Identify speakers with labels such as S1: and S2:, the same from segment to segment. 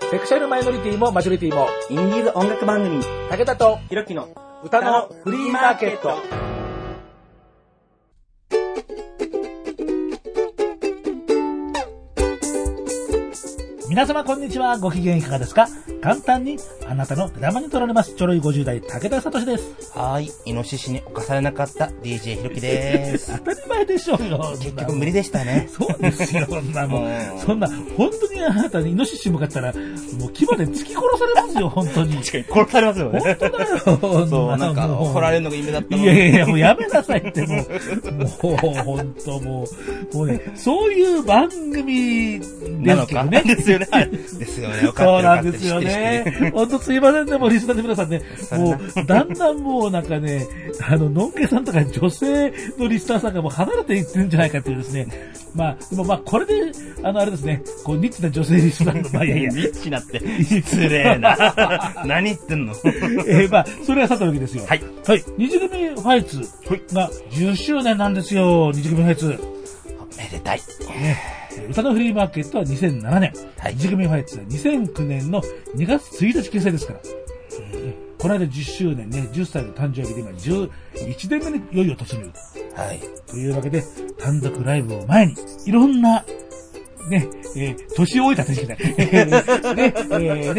S1: セクシャルマイノリティもマジョリティも
S2: インディーズ音楽番組
S1: 武田と
S2: ひろきの
S1: 歌のフリーマーケット。皆様こんにちは。ご機嫌いかがですか？簡単にあなたの手玉に取られますちょろい50代武田聡です。
S2: はい、イノシシに侵されなかった DJ ひろきです。
S1: 当たり前でしょうよ。
S2: 結局無理でしたね。
S1: そうですよ。そんな本当にあなたにイノシシ向かったらもう牙で突き殺されますよ。本当に。
S2: 確かに殺されますよね。
S1: 本当だよ。
S2: そうなんか掘られるのが夢だったの。
S1: いやもうやめなさいってもう本当もうねそういう番組ですけどね。
S2: ですよね。ですよね。
S1: そうなんですよね。本当すいませんね。もうリスナーの皆さんね、もうだんだんもうなんかね、のんけさんとか女性のリスナーさんがもう離れていってるんじゃないかっていうですね。でもこれであれですね、こうニッチな女性リスナーの
S2: ニッチなって失礼な。何言ってんの？
S1: それはさておきですよ。はい。二次組ファイツが10周年なんですよ。二次組ファイツ。
S2: めでたい。
S1: 歌のフリーマーケットは2007年。二次組ファイツは2009年の2月1日結成ですから。この間10周年ね、10歳の誕生日で今11年目にいよいよ突入。
S2: はい。
S1: というわけで、単独ライブを前に、いろんな、ね、年老いた年じゃない。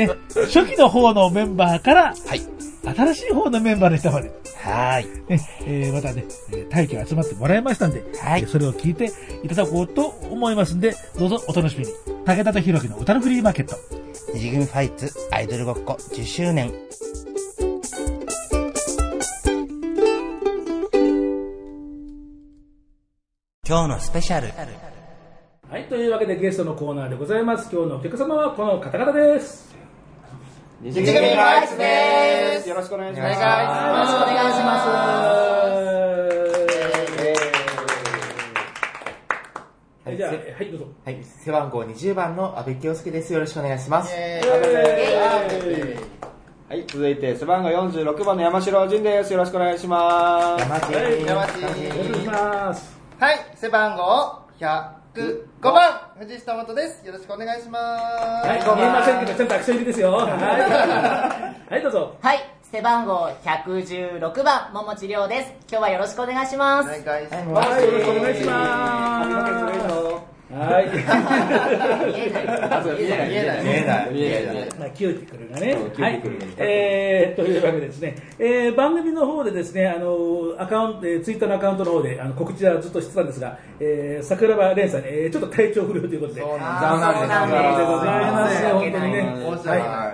S1: 初期の方のメンバーから、はい。新しい方のメンバーの人まで。
S2: はい。
S1: またね、大気集まってもらいましたんで、はい。それを聞いていただこうと思いますんで、どうぞお楽しみに。武田とひろきの歌のフリーマーケット。
S2: 二次組ファイツアイドルごっこ10周年。今日のスペシャル。
S1: はい、というわけでゲストのコーナーでございます。今日のお客様はこの方々です。
S3: 二次組ファイツです。よろしくお願いします。
S1: よろしくお願いします。じゃあ、はい、どうぞ。
S3: はい、背番号20番の阿部清介です。よろしくお願いします。
S4: はい、続いて背番号46番の山城仁です。よろしくお願いします。
S3: 山城。
S1: よろしくお願いします。
S5: はい、背番号105番藤下本です。よろしくお願いします。
S1: はい、見えませんけどちゃんとアクション入りですよ。はい、どうぞ。
S6: はい、背番号116番桃地亮です。今日はよろしくお願いします。
S5: お願いします。
S1: はい、よろしくお願いします。はい。
S5: 見え
S1: ない。キューティクルがね。はい。というわけでですね、番組の方でですね、アカウント、ツイッターのアカウントの方で告知はずっとしてたんですが、桜庭蓮さん、ちょっと体調不良ということで。
S5: そう
S6: なんです。
S1: でございますね、本当にね。
S5: はい。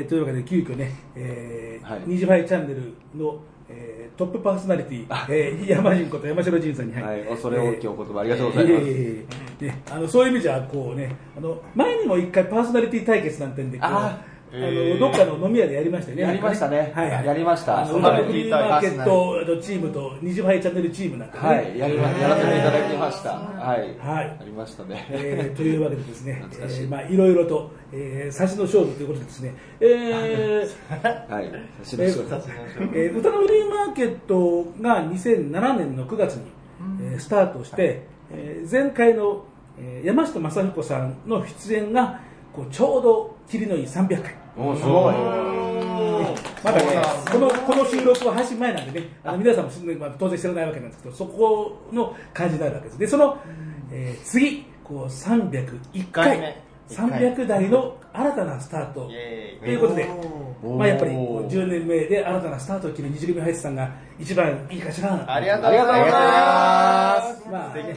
S1: というわけで急遽ね、ニジファイチャンネルのトップパーソナリティ、山人こと山城仁さんに、
S4: はい、恐れ多きお言葉ありがとうございます。
S1: そういう意味じゃこうね、前にも一回パーソナリティ対決なんてんでこうどっかの飲み屋でやりましたよね。
S4: やりましたね。はい、やりました。
S1: 歌のフリーマーケットチームとニジファイチャンネルチームなんてね。
S4: はい、やらせていただきました。はい。やりましたね。
S1: というわけでですね、いろいろと差しの勝負ということでですね、
S4: はい、差しの勝負。
S1: 歌のフリーマーケットが2007年の9月にスタートして、前回の山下正彦さんの出演がこうちょうど切りのいい300回。
S4: おー、すごい。
S1: まだね、この収録は配信前なんでね、皆さんも当然知らないわけなんですけど、そこの感じになるわけです。で、その、次、こう301回、300代の新たなスタートということで、やっぱり10年目で新たなスタートを切る二次組ファイツさんが一番いいかしら。
S5: ありがとうございます。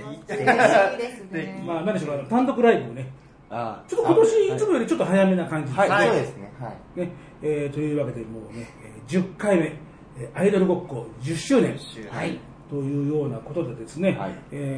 S1: 何でしょう、単独ライブをね、ちょっと今年いつもよりちょっと早めな感じですね。
S3: そうですね。
S1: というわけでもうね、10回目、アイドルごっこ10周年というようなことでですね、も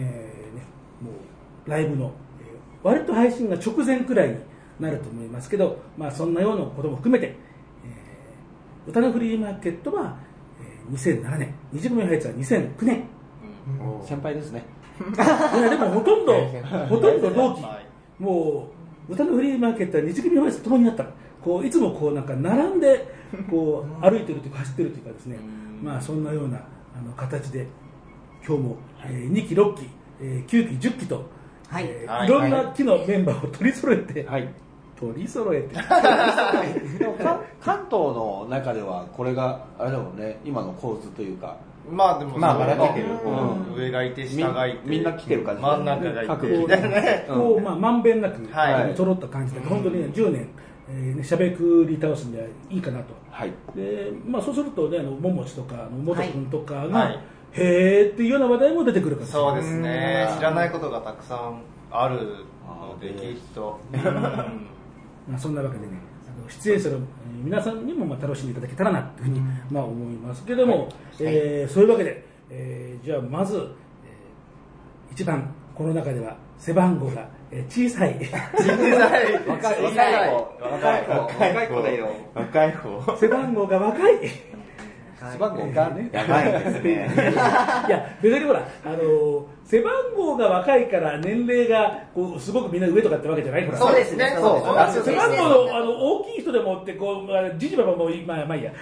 S1: うライブの割と配信が直前くらいになると思いますけど、そんなようなことも含めて、歌のフリーマーケットは2007年、二次組ファイツは2009年。
S4: 先輩ですね。
S1: いやでもほとんど同期。もう歌のフリーマーケットは二次組ファイツと共になった。こういつもこうなんか並んでこう歩いてるというか走ってるというかですね、そんなような形で今日も2期6期9期10期と、いろんな期のメンバーを取り揃えて、 取り揃えて
S4: でも関東の中ではこれがあれだもんね、今の構図というか、
S5: まあでも
S3: まあばらけてる
S5: 上がいて下がいて
S4: みんな来てる感じ、
S5: 真ん中がいてみ
S1: こう
S5: たいなね。
S1: こうまあまんべんなく
S5: はい
S1: 揃った感じで、本当にね10年しゃべくり倒すにはいいかなと。
S4: はい、
S1: でまあそうするとねももちとか元君とか
S5: は
S1: が
S5: い
S1: へーっていうような話題も出てくるかもしれない。
S5: そうですね。知らないことがたくさんあるのできっと。
S1: まあそんなわけでね、出演者の皆さんにもまあ楽しんでいただけたらなというふうにまあ思いますけども、そういうわけで、じゃあまず、一番この中では背番号が小さい
S4: 若い子だよ、
S3: 若い方。
S1: 背番号が若い
S4: 背番号がね、
S3: やばいですね。
S1: いや別にほら背番号が若いから年齢がこうすごくみんな上とかってわけじゃないから
S6: そうですね。そう
S1: 背番号の大きい人でもってこうじじばばもまあいいや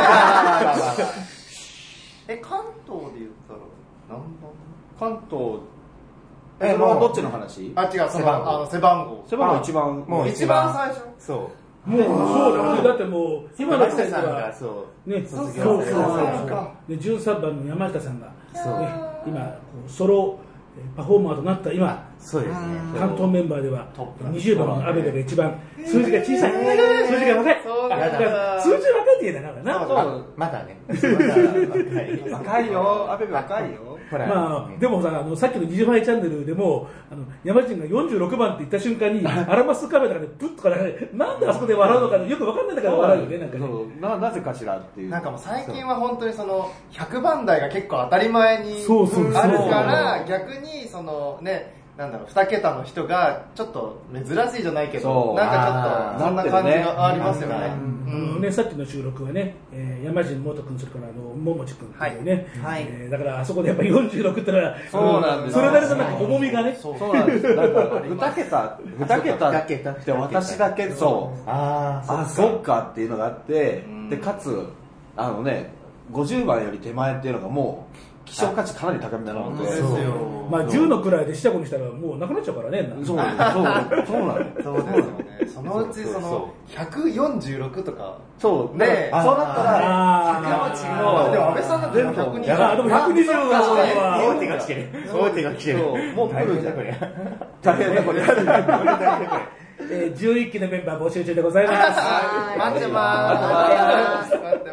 S5: 関東で言ったら何番？
S4: 関東それはどっちの話？
S5: あ、違う、背番号。
S4: 背番号一番、
S3: もう
S5: 一番最初。
S3: そ
S1: もうそうだね。だってもう今の時点で
S3: 山下さん
S1: は
S3: がそう
S1: ね、
S3: 卒業された
S1: で13番の山下さんが、
S3: そう
S1: ね、今こうソロパフォーマーとなった今、
S3: そうですね。
S1: 関東メンバーでは20番のアベベが一番数字が小さい、数字が若い。
S5: そうだ
S1: だから数字若いって言えないな。
S3: まだね。
S4: 若いよ、阿部若いよ。
S1: まあ、でもささっきの20倍チャンネルでも山人が46番って言った瞬間にアラマスカメラでプッとかなんであそこで笑うのかよく分かんないんだけど笑うよね。なんかね
S4: なぜかしらっていう。
S5: なんかもう最近は本当にその100番台が結構当たり前に
S1: そう
S5: あるから逆にそのね、なんだろう、2桁の人がちょっと珍しいじゃないけど、なんかちょっとそんな感じがありますよね。
S1: さっきの収録はね、山人元君それから桃地君っていうね、だからあそこでやっぱり46ってのは
S4: そうなんです。
S1: それなりのなんか重みがね、
S4: そうなんです。なんか2桁って私だけそうそっかっていうのがあって、でかつ50番より手前っていうのがもう希少価値かなり高めなので、
S1: まあ10のくらいで四捨五入したらもうなくなっちゃうからね。
S4: そうなの。
S5: そうですよね。そのうちその146とか、
S4: そう
S5: ね、
S4: そうなったら
S5: でも安倍さんだって120。
S1: でも120は
S3: 大手が来てる。大手が来てる。
S4: もう来るじゃん。
S3: 大変だこれ。
S1: 11期のメンバー募集中でございます。
S5: 待ってます。待って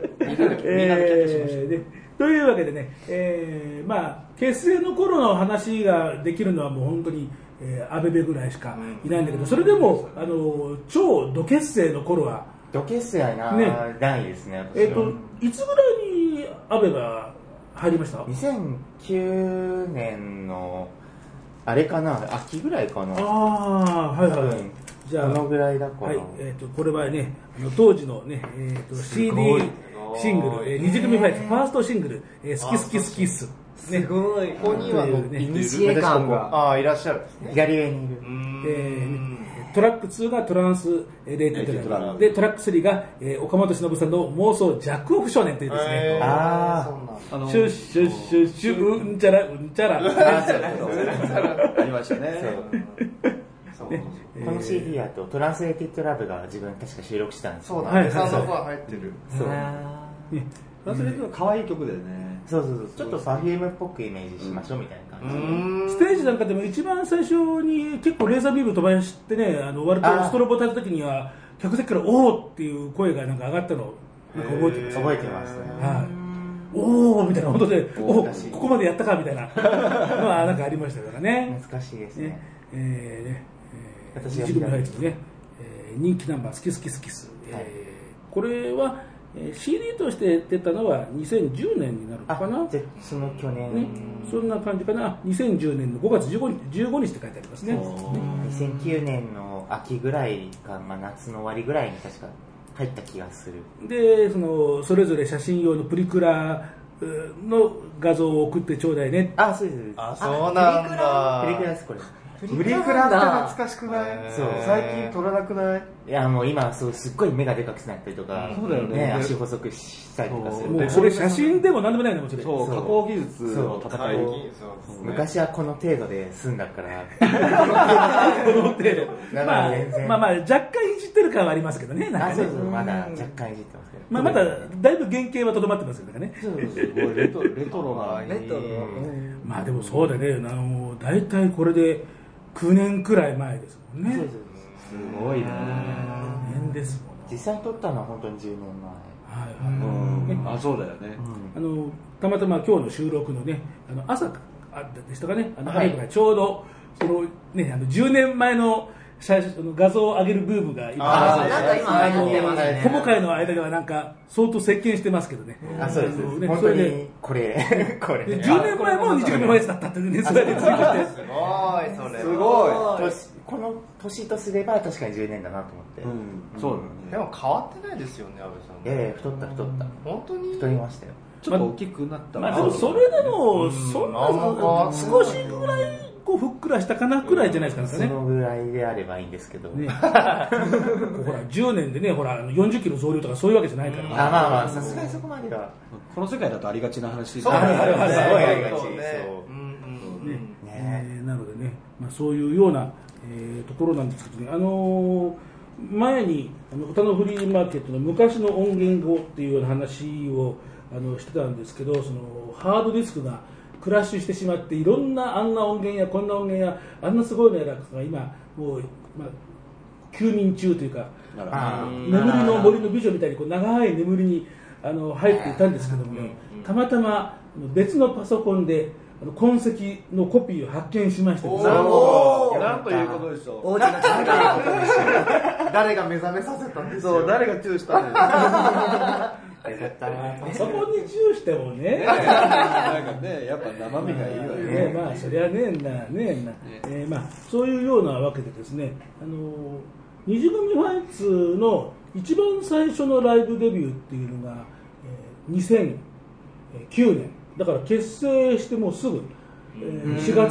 S5: ます。
S1: というわけでね、まあ結成の頃の話ができるのはもう本当にアベベぐらいしかいないんだけど、それでも超ド結成の頃は
S3: ド結成はないですね。
S1: いつぐらいにアベベは入りました？
S3: 2009年のあれかな、秋ぐらいかな。
S1: はいはい。じゃあ
S3: このぐらいだから。
S1: はい、これはね当時のねCDシングル、二次組ファイトファーストシングル「好き好き好きっす」
S5: すごい。ここには
S6: イニシエ感が
S5: いらっしゃるんですね。
S3: 左上にいる。
S1: トラック2がトランスレーテッドラブで、トラック3が岡本忍さんの妄想ジャックオフ少年というですね、シュッシュッシュッシュうんちゃらうんちゃら
S4: ありましたね。
S3: この CD だとトランスレーテッドラブが自分確か収録したんですよ。
S5: そうだ、安倍さんの声入ってる。
S3: そう。
S1: ト
S4: ランスレーテッド可愛い曲だよね。
S3: そうちょっと Perfume っぽくイメージしましょうみたいな感じ。
S1: ステージなんかでも一番最初に結構レーザービーム飛ばしてね、割とストロボ立つ時には客席から「おお!」っていう声がなんか上がったのなんか覚えてます。
S3: 覚えてますね。
S1: おーみたいな、本当でここまでやったかみたいなのはなんかありましたからね。
S3: 懐かしいですね。
S1: 私が入ってるね、人気ナンバー好き好き好きす、これはCD として出たのは2010年になるのかな。
S3: その去年、
S1: そんな感じかな。2010年の5月15日って書いてありますね。
S3: 2009年の秋ぐらいか、夏の終わりぐらいに確か入った気がする。
S1: でそれぞれ写真用のプリクラの画像を送ってちょうだいね。
S3: そうです。
S5: そうなんだ。
S3: プリクラですこれ。 プリクラって懐かしくない？
S5: そう
S3: 最近撮らなくない？いやもう今そうすっごい目がでかくなったりとか、
S4: そうだよね。
S3: 足細くしたりとかする。
S1: もうこれ写真でも何でもないのもちろん。
S4: そう加工技術の戦い。
S3: 昔はこの程度で済んだから。
S1: この程度。まあ若干いじってる感はありますけどね。
S3: そうそうまだ若干いじってますけど。
S1: まだだいぶ原型はとどまってますよね。
S4: レトロな。
S1: まあでもそうだね。大体これで9年くらい前ですもんね。
S3: すごいね。
S1: 9年ですもん。
S3: 実際に撮ったのは本当に10年
S1: 前。
S4: あ、そうだよね。
S1: たまたま今日の収録のね、朝でしたかね、あれがちょうどそのね、10年前の画像を上げるブームが今、ホモ界の間ではなんか相当席巻してますけどね。
S3: そうです。本当にこれ
S1: 10年前も日組のやつだったっていうね、それでツイートして。
S5: すごい、それ。
S3: すごい。この年とすれば確かに10年だなと思って。
S4: そうだね。
S5: でも変わってないですよね、安倍さん。
S3: 太った。
S5: 本当に
S3: 太りましたよ。
S4: ちょっと大きくなった
S1: まあでもそれでもそんな少しぐらいこうふっくらしたかなくらいじゃないですかね。
S3: そのぐらいであればいいんですけど。
S1: ほら10年でね、ほら40キロ増量とかそういうわけじゃないから。
S3: まあさすがにそこまでは。
S4: この世界だとありがちな話。
S5: そうですね。
S3: すごいありがち。
S1: なのでね、まあそういうようなところなんですけどね。前に歌のフリーマーケットの昔の音源をっていうような話をしてたんですけど、そのハードディスクがクラッシュしてしまって、いろんなあんな音源やこんな音源やあんなすごいのやらが今もう、休眠中というか、眠りの森の美女みたいにこう長い眠りに入っていたんですけどもね、たまたま別のパソコンで痕跡のコピーを発見しましてですね。
S4: なんということでしょう。
S5: 誰が目覚めさせたんですか？
S4: そう、誰がチューしたんです
S1: パソコンにチューしてもね、
S4: なんかね、やっぱ生身がいいわね。
S1: まあそりゃねえな、まあそういうようなわけでですね、二次組ファイツの一番最初のライブデビューっていうのが、2009年だから結成してもうすぐ、4月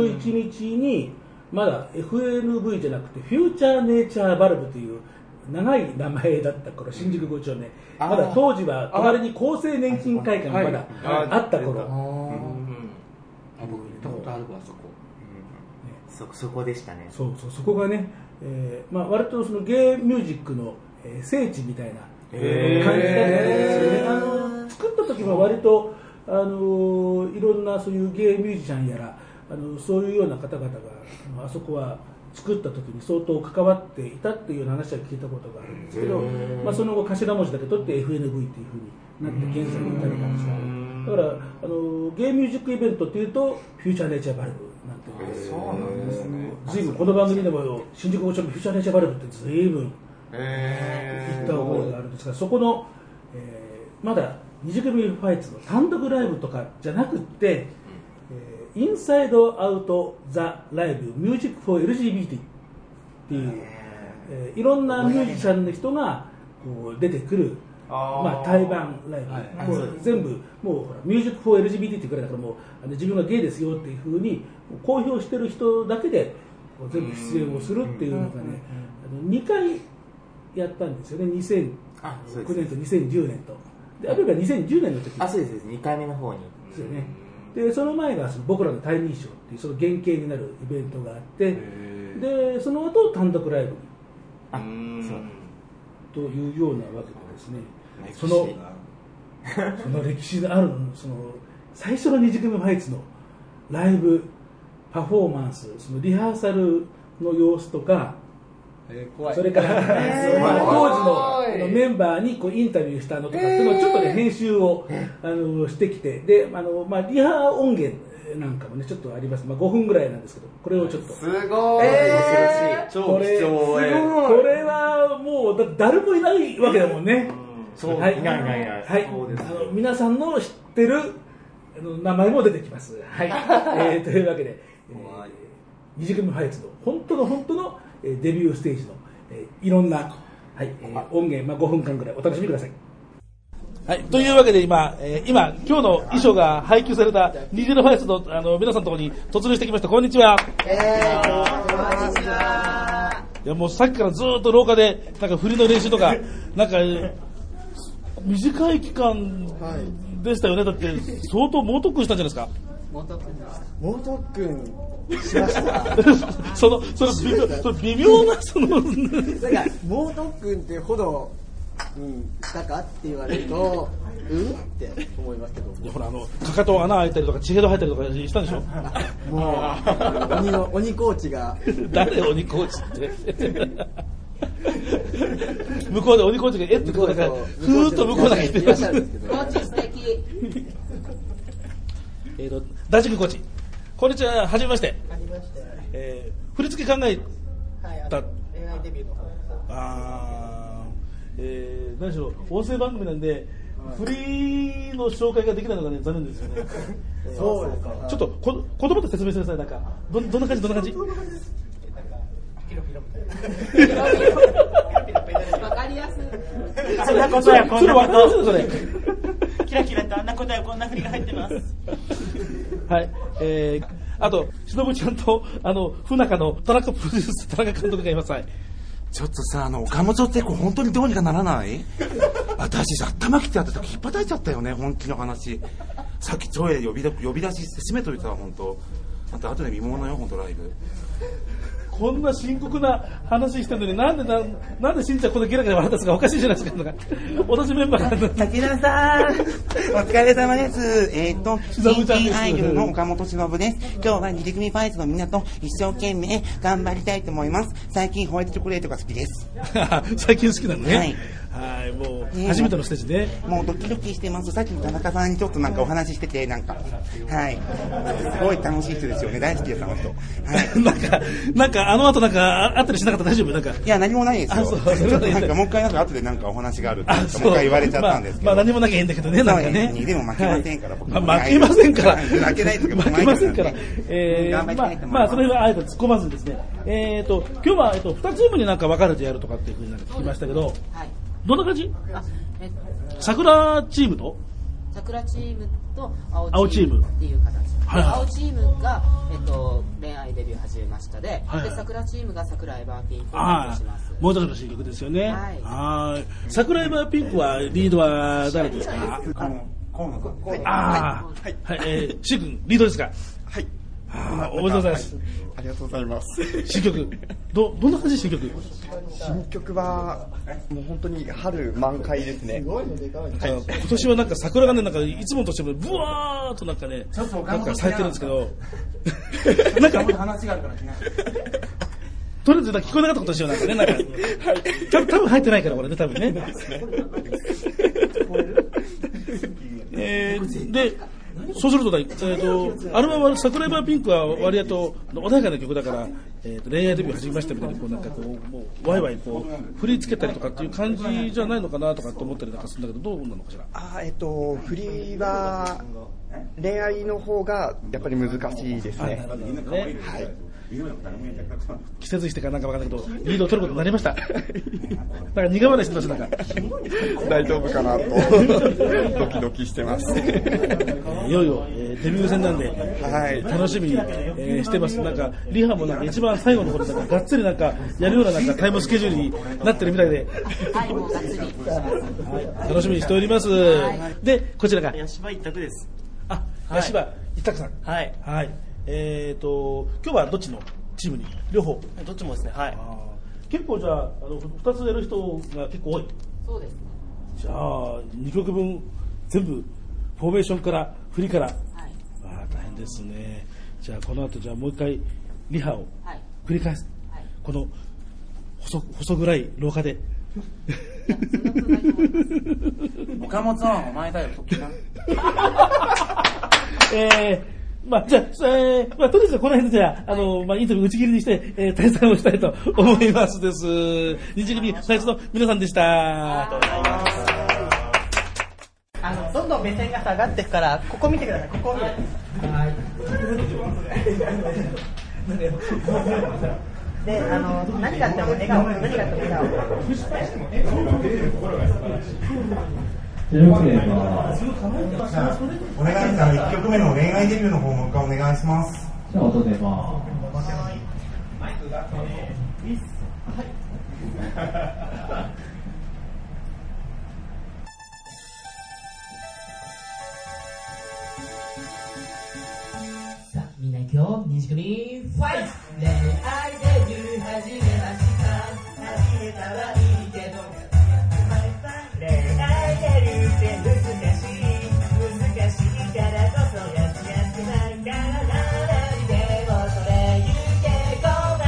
S1: 11日にまだ FNV じゃなくてフューチャーネイチャーバルブという長い名前だった頃、新宿5丁目、まだ当時は隣に厚生年金会館がまだあった頃、
S4: 僕行ったことあるわ、そこ。
S3: そこでしたね。
S1: そこがね、割とそのゲイミュージックの聖地みたいな感じだったんですよね。作った時は割といろんなそういうゲイミュージシャンやらそういうような方々があそこは作った時に相当関わっていたっていうような話は聞いたことがあるんですけど、その後頭文字だけ取って FNV っていうふうになって現在に至るんですけど、だからゲイミュージックイベントっていうとフューチャーネイチャーバルブなんていう、
S5: そうなんですね。
S1: 随分この番組でも新宿5丁目フューチャーネイチャーバルブって随分言った覚えがあるんですが、そこの、まだ二次組ファイツの単独ライブとかじゃなくって、インサイドアウトザライブミュージックフォー LGBT っていう、いろんなミュージシャンの人がこう出てくる対バンライブ、全部もうほらミュージックフォー LGBT ってくらいだからもう自分がゲイですよっていうふうに公表してる人だけで全部出演をするっていうのがね、2回やったんですよね。2009年と2010年と。であるいは2010年の時、
S3: そうです2回目の方に
S1: ですよね。でその前がその僕らのタイニーショーっていうその原型になるイベントがあって、でその後単独ライブにそうというようなわけでですね、その歴史があるその最初の二次組ファイツのライブパフォーマンス、そのリハーサルの様子とか、それから、当時のメンバーにこうインタビューしたのとかっていうのをちょっとね編集をしてきて、でリハ音源なんかもねちょっとあります。5分ぐらいなんですけど、これをちょっと
S5: すごい
S4: 超貴重。
S1: これはもう誰もいないわけだもんね。
S3: はい、いない
S1: はい、皆さんの知ってる名前も出てきます。はい、というわけで、二次組ファイツの本当のデビューステージのいろんな、音源、5分間ぐらいお楽しみください。 はい、というわけで今日の衣装が配給されたニジェルファイスの皆さんのところに突入してきました。こんにちは。こんにちは。いやもうさっきからずっと廊下でなんか振りの練習とかなんか短い期間でしたよね。だって相当猛特訓したんじゃないですか。
S7: 猛特訓しました
S1: その微妙な
S7: なんか猛特訓ってほどしたかって言われるとって思いますけど、
S1: いやほらかかと穴開いたりとか血ヘド入ったりとかしたんでしょ。
S7: もう鬼コーチが
S1: 誰鬼コーチって向こうで鬼コーチがってこうだからふーっと向こうだけ言ってました。
S6: コーチ素敵。
S1: 大地君コーチ、こんにちは。はじめまして。振り付け考えた、
S7: 恋愛デビューの
S1: 何しろ音声番組なんでフリーの紹介ができないのがね残念ですよね。
S7: そうですか。
S1: ちょっと子供と説明してください。なんかどんな感じ
S7: わかりやすい。
S6: そんなことやこんなこと。
S1: それ
S6: キラキラとあんなことやこんな振りが入ってます。
S1: はい。あとしのぶちゃんと不仲の田中プロデュース田中監督がいます。はい。
S8: ちょっとさ、岡本って本当にどうにかならない？私頭切ってやった時引っ叩いちゃったよね、本気の話。さっきトイレ呼び出しして閉めといたわ、本当。あと後で見ものよ、本当ライブ。
S1: こんな深刻な話してるのになんでしんちゃんこんなゲラゲラ笑ったんですか。おかしいじゃないですか。同じメンバーが
S8: 滝田さんお疲れ様です。新人アイドルの岡本忍です。今日は二組ファイズのみんなと一生懸命頑張りたいと思います。最近ホワイトチョコレートが好きです。
S1: 最近好きなのね。
S8: はい
S1: はい、もう初めてのステージで、
S8: もうドキドキしてます。さっきの田中さんにちょっとなんかお話ししてて、なんかはいすごい楽しい人ですよね。大好きです、あの人。はい、
S1: なんかあの後なんかあったりしなかった。大丈夫？なんか
S8: いや何もないですよ。ちょっとなんかもう一回なんか後でなんかお話があるってもう一回言われちゃったんですけど、
S1: まあ何もなきゃいいんだけどね。なんかね。
S8: でも負けませんから、僕
S1: 負けませんから。
S8: 負けないとか
S1: 負けませんから。まあそれはあえて突っ込まずにですね。今日は2チームになんか分かれてやるとかっていう風に聞きましたけど。はい。どんな感じ？桜チームと
S6: 桜チームと青チームっていう形、はいはい、青チームが、恋愛デビュー始めましたで、はいはい、で桜チームが桜エバーピンクを演します。
S1: もう一つの新曲ですよね。はい。桜エバーピンクはリードは誰ですか？
S8: 河野さん。
S1: はい。はい。しーくんリードですか？
S9: はい。
S1: おめでとうございます。
S9: ありがとうございます。
S1: 新曲どんな感じ？新
S9: 曲はもう本当に春満開ですね。
S1: 今年はなんか桜がね、なんかいつもとしてもブワーっとなんかね、なんか咲いてるんですけどなんか
S8: 話があるから
S1: とりあえず聞こえなかったことしよう。なんかね、なんか多分入ってないからこれね、多分ね。でそうするとアルバムは桜エバーピンクは割と穏やかな曲だから、恋愛デビュー始めましたみたいな、こうなんかこうもうワイワイこう振り付けたりとかっていう感じじゃないのかなとかって思ったりなんかするんだけど、どうなのかしら。
S9: 振りは恋愛の方がやっぱり難しいですね。はい。
S1: 季節してかなんかわからないけどリードを取ることになりました。だから苦笑いしてます。なんか
S9: 大丈夫かなとドキドキしてます。
S1: いよいよ、デビュー戦なんで、はい、楽しみに、してます。なんかリハもなんか一番最後の頃なんかがっつりなんかやるようななんかタイムスケジュールになってるみたいで、
S6: はいもうがっつり、
S1: はい、楽しみにしております。はい、でこちらが
S10: 八柴一択です。
S1: 八柴一択さん。
S10: はい。
S1: はい。今日はどっちのチームに？両方？
S10: どっちもですね。はい。
S1: 結構じゃあ2つやる人が結構多い。
S6: そうですね。
S1: じゃあ2曲分全部フォーメーションから振りから。はい。大変ですね。じゃあこの後じゃあもう一回リハを繰り返す。はい。この細暗い廊下で。
S8: 岡本はお前だよ。
S1: まあ、じゃあ、とりあえずこの辺でじゃあ、インタビュー打ち切りにして、対策をしたいと思いますです。二次組最初の皆さんでした。ありがとうござい
S6: ます。どんどん目線が下がっていくから、ここ見てください。ここを見て。はい。で、何があっても笑顔、何があっても笑顔。
S8: お願いしたら1曲目の恋愛デビューの方もお願いします。
S10: じゃあ音出ます。
S11: さあみんな行くよ。2時組ファイト。恋愛デビュー始めました。始めたはいいけど恋愛デビューって難しいからこそやつやってないから何でもそれ言ってこない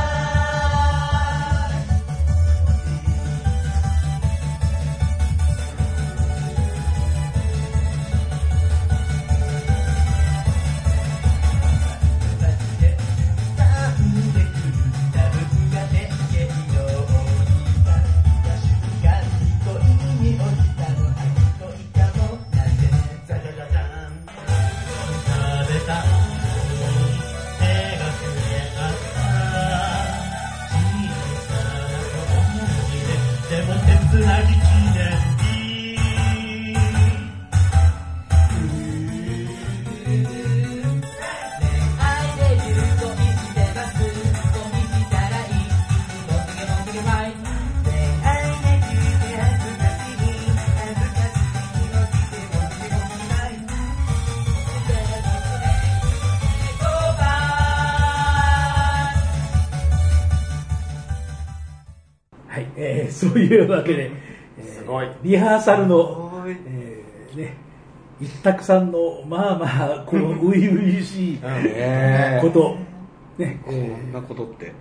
S1: そういうわけで、
S5: すごい
S1: リハーサルの、ね、一択さんのまあまあこの初々しいこと、ね、
S4: こんなことって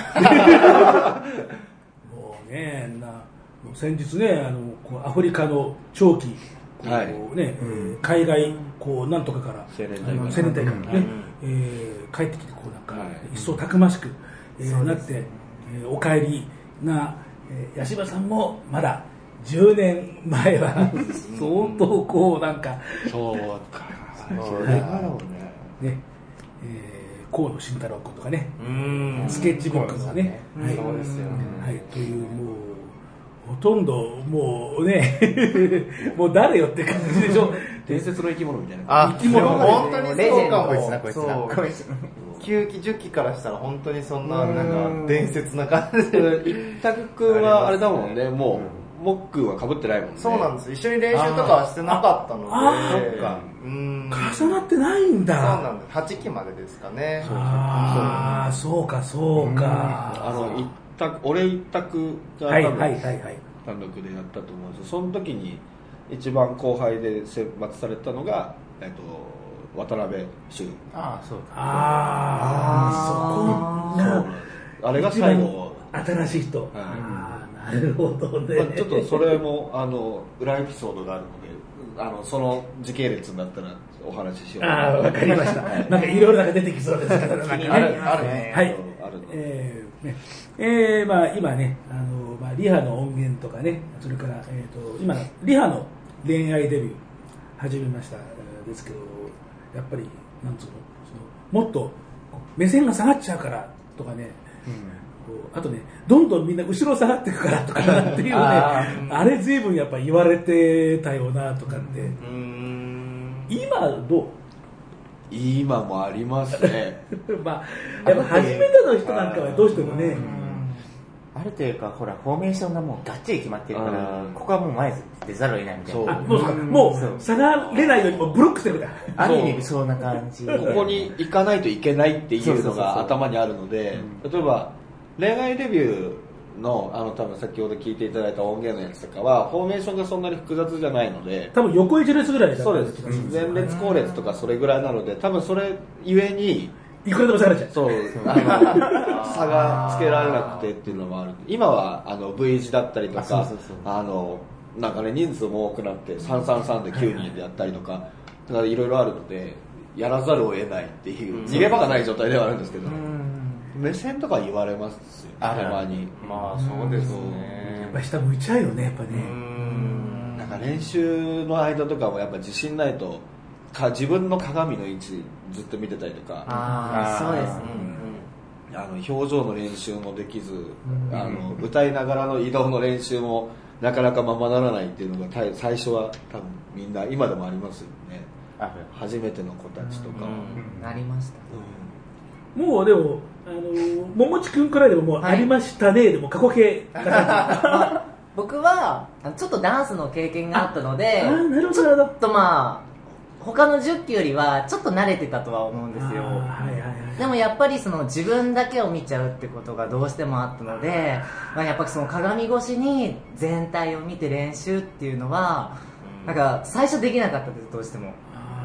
S1: もうねもう先日ねこうアフリカの長期
S4: はい
S1: ね海外こうなんとかから
S4: 青年
S1: 隊からね、帰ってきてこうなんか、一層たくましく、なって、お帰りな八柴さんもまだ10年前は相当こうなんか
S4: そうか
S1: それだろうね河野慎太郎君とかねスケッチブックとかね
S5: そうですよね
S1: はいというもうほとんどもうねもう誰よって感じでしょ
S4: 伝説の生き物みたいな
S5: 生き物本当にそうかも
S3: こいつな
S5: 9期10期からしたら本当にそんななんか伝説な感じで
S4: 一択君はあれだもんねもうもっくんは被ってないもんね
S5: そうなんです一緒に練習とかはしてなかったので
S1: そっか重なってないんだ
S5: そうなんです8期までですかね
S1: そうかそうか
S4: 俺一択が多分単独でやったと思うんですけどその時に一番後輩で選抜されたのが渡辺俊
S3: そうか
S4: あれが最後
S1: 新しい人なるほどね
S4: ちょっとそれも裏エピソードがあるのでその時系列になったらお話ししよう
S1: わかりましたなんかいろいろ出てきそうですから
S5: あるね
S1: はいまあ今ねリハの音源とかねそれから今リハの恋愛デビュー始めましたですけどやっぱりなんつうのもっと目線が下がっちゃうからとかね、あとねどんどんみんな後ろ下がっていくからとかっていうねあれ随分やっぱ言われてたよなとかって今どう
S4: 今もありますね
S1: まあやっぱ初めての人なんかはどうしてもね
S3: あるというかほらフォーメーションがもうがっちり決まってるからここはもう前出ざるを得ないみたいな
S1: もう下がれないようにもブロックしてるから
S3: ある意味そんな感じ
S4: ここに行かないといけないっていうのが頭にあるので例えば恋愛デビューの多分先ほど聞いていただいた音源のやつとかはフォーメーションがそんなに複雑じゃないので
S1: 多分横一列ぐらいだった
S4: そうです前列後列とかそれぐらいなので多分それゆえに
S1: いくらでも下がれちゃう
S4: そう差がつけられなくてっていうのもある今はV 字だったりとかなんかね人数も多くなって333で9人でやったりとかいろいろあるのでやらざるを得ないっていう逃げ場がない状態ではあるんですけど目線とか言われますよたまに
S5: まあそうですね
S1: やっぱ下向いちゃうよねやっぱね
S4: なんか練習の間とかもやっぱ自信ないと自分の鏡の位置ずっと見てたりとか
S3: そうですね
S4: 表情の練習もできず歌いながらの移動の練習もなかなかままならないっていうのが最初は多分みんな今でもありますよね。初めての子たちとか、
S6: ありました、
S1: もうでも桃地君くらいでももうありましたね、でも過去形
S6: 僕はちょっとダンスの経験があったので、
S1: ちょ
S6: っとまあ他の10期よりはちょっと慣れてたとは思うんですよ。でもやっぱりその自分だけを見ちゃうってことがどうしてもあったので、まあ、やっぱりその鏡越しに全体を見て練習っていうのはなんか最初できなかったです、どうしても。や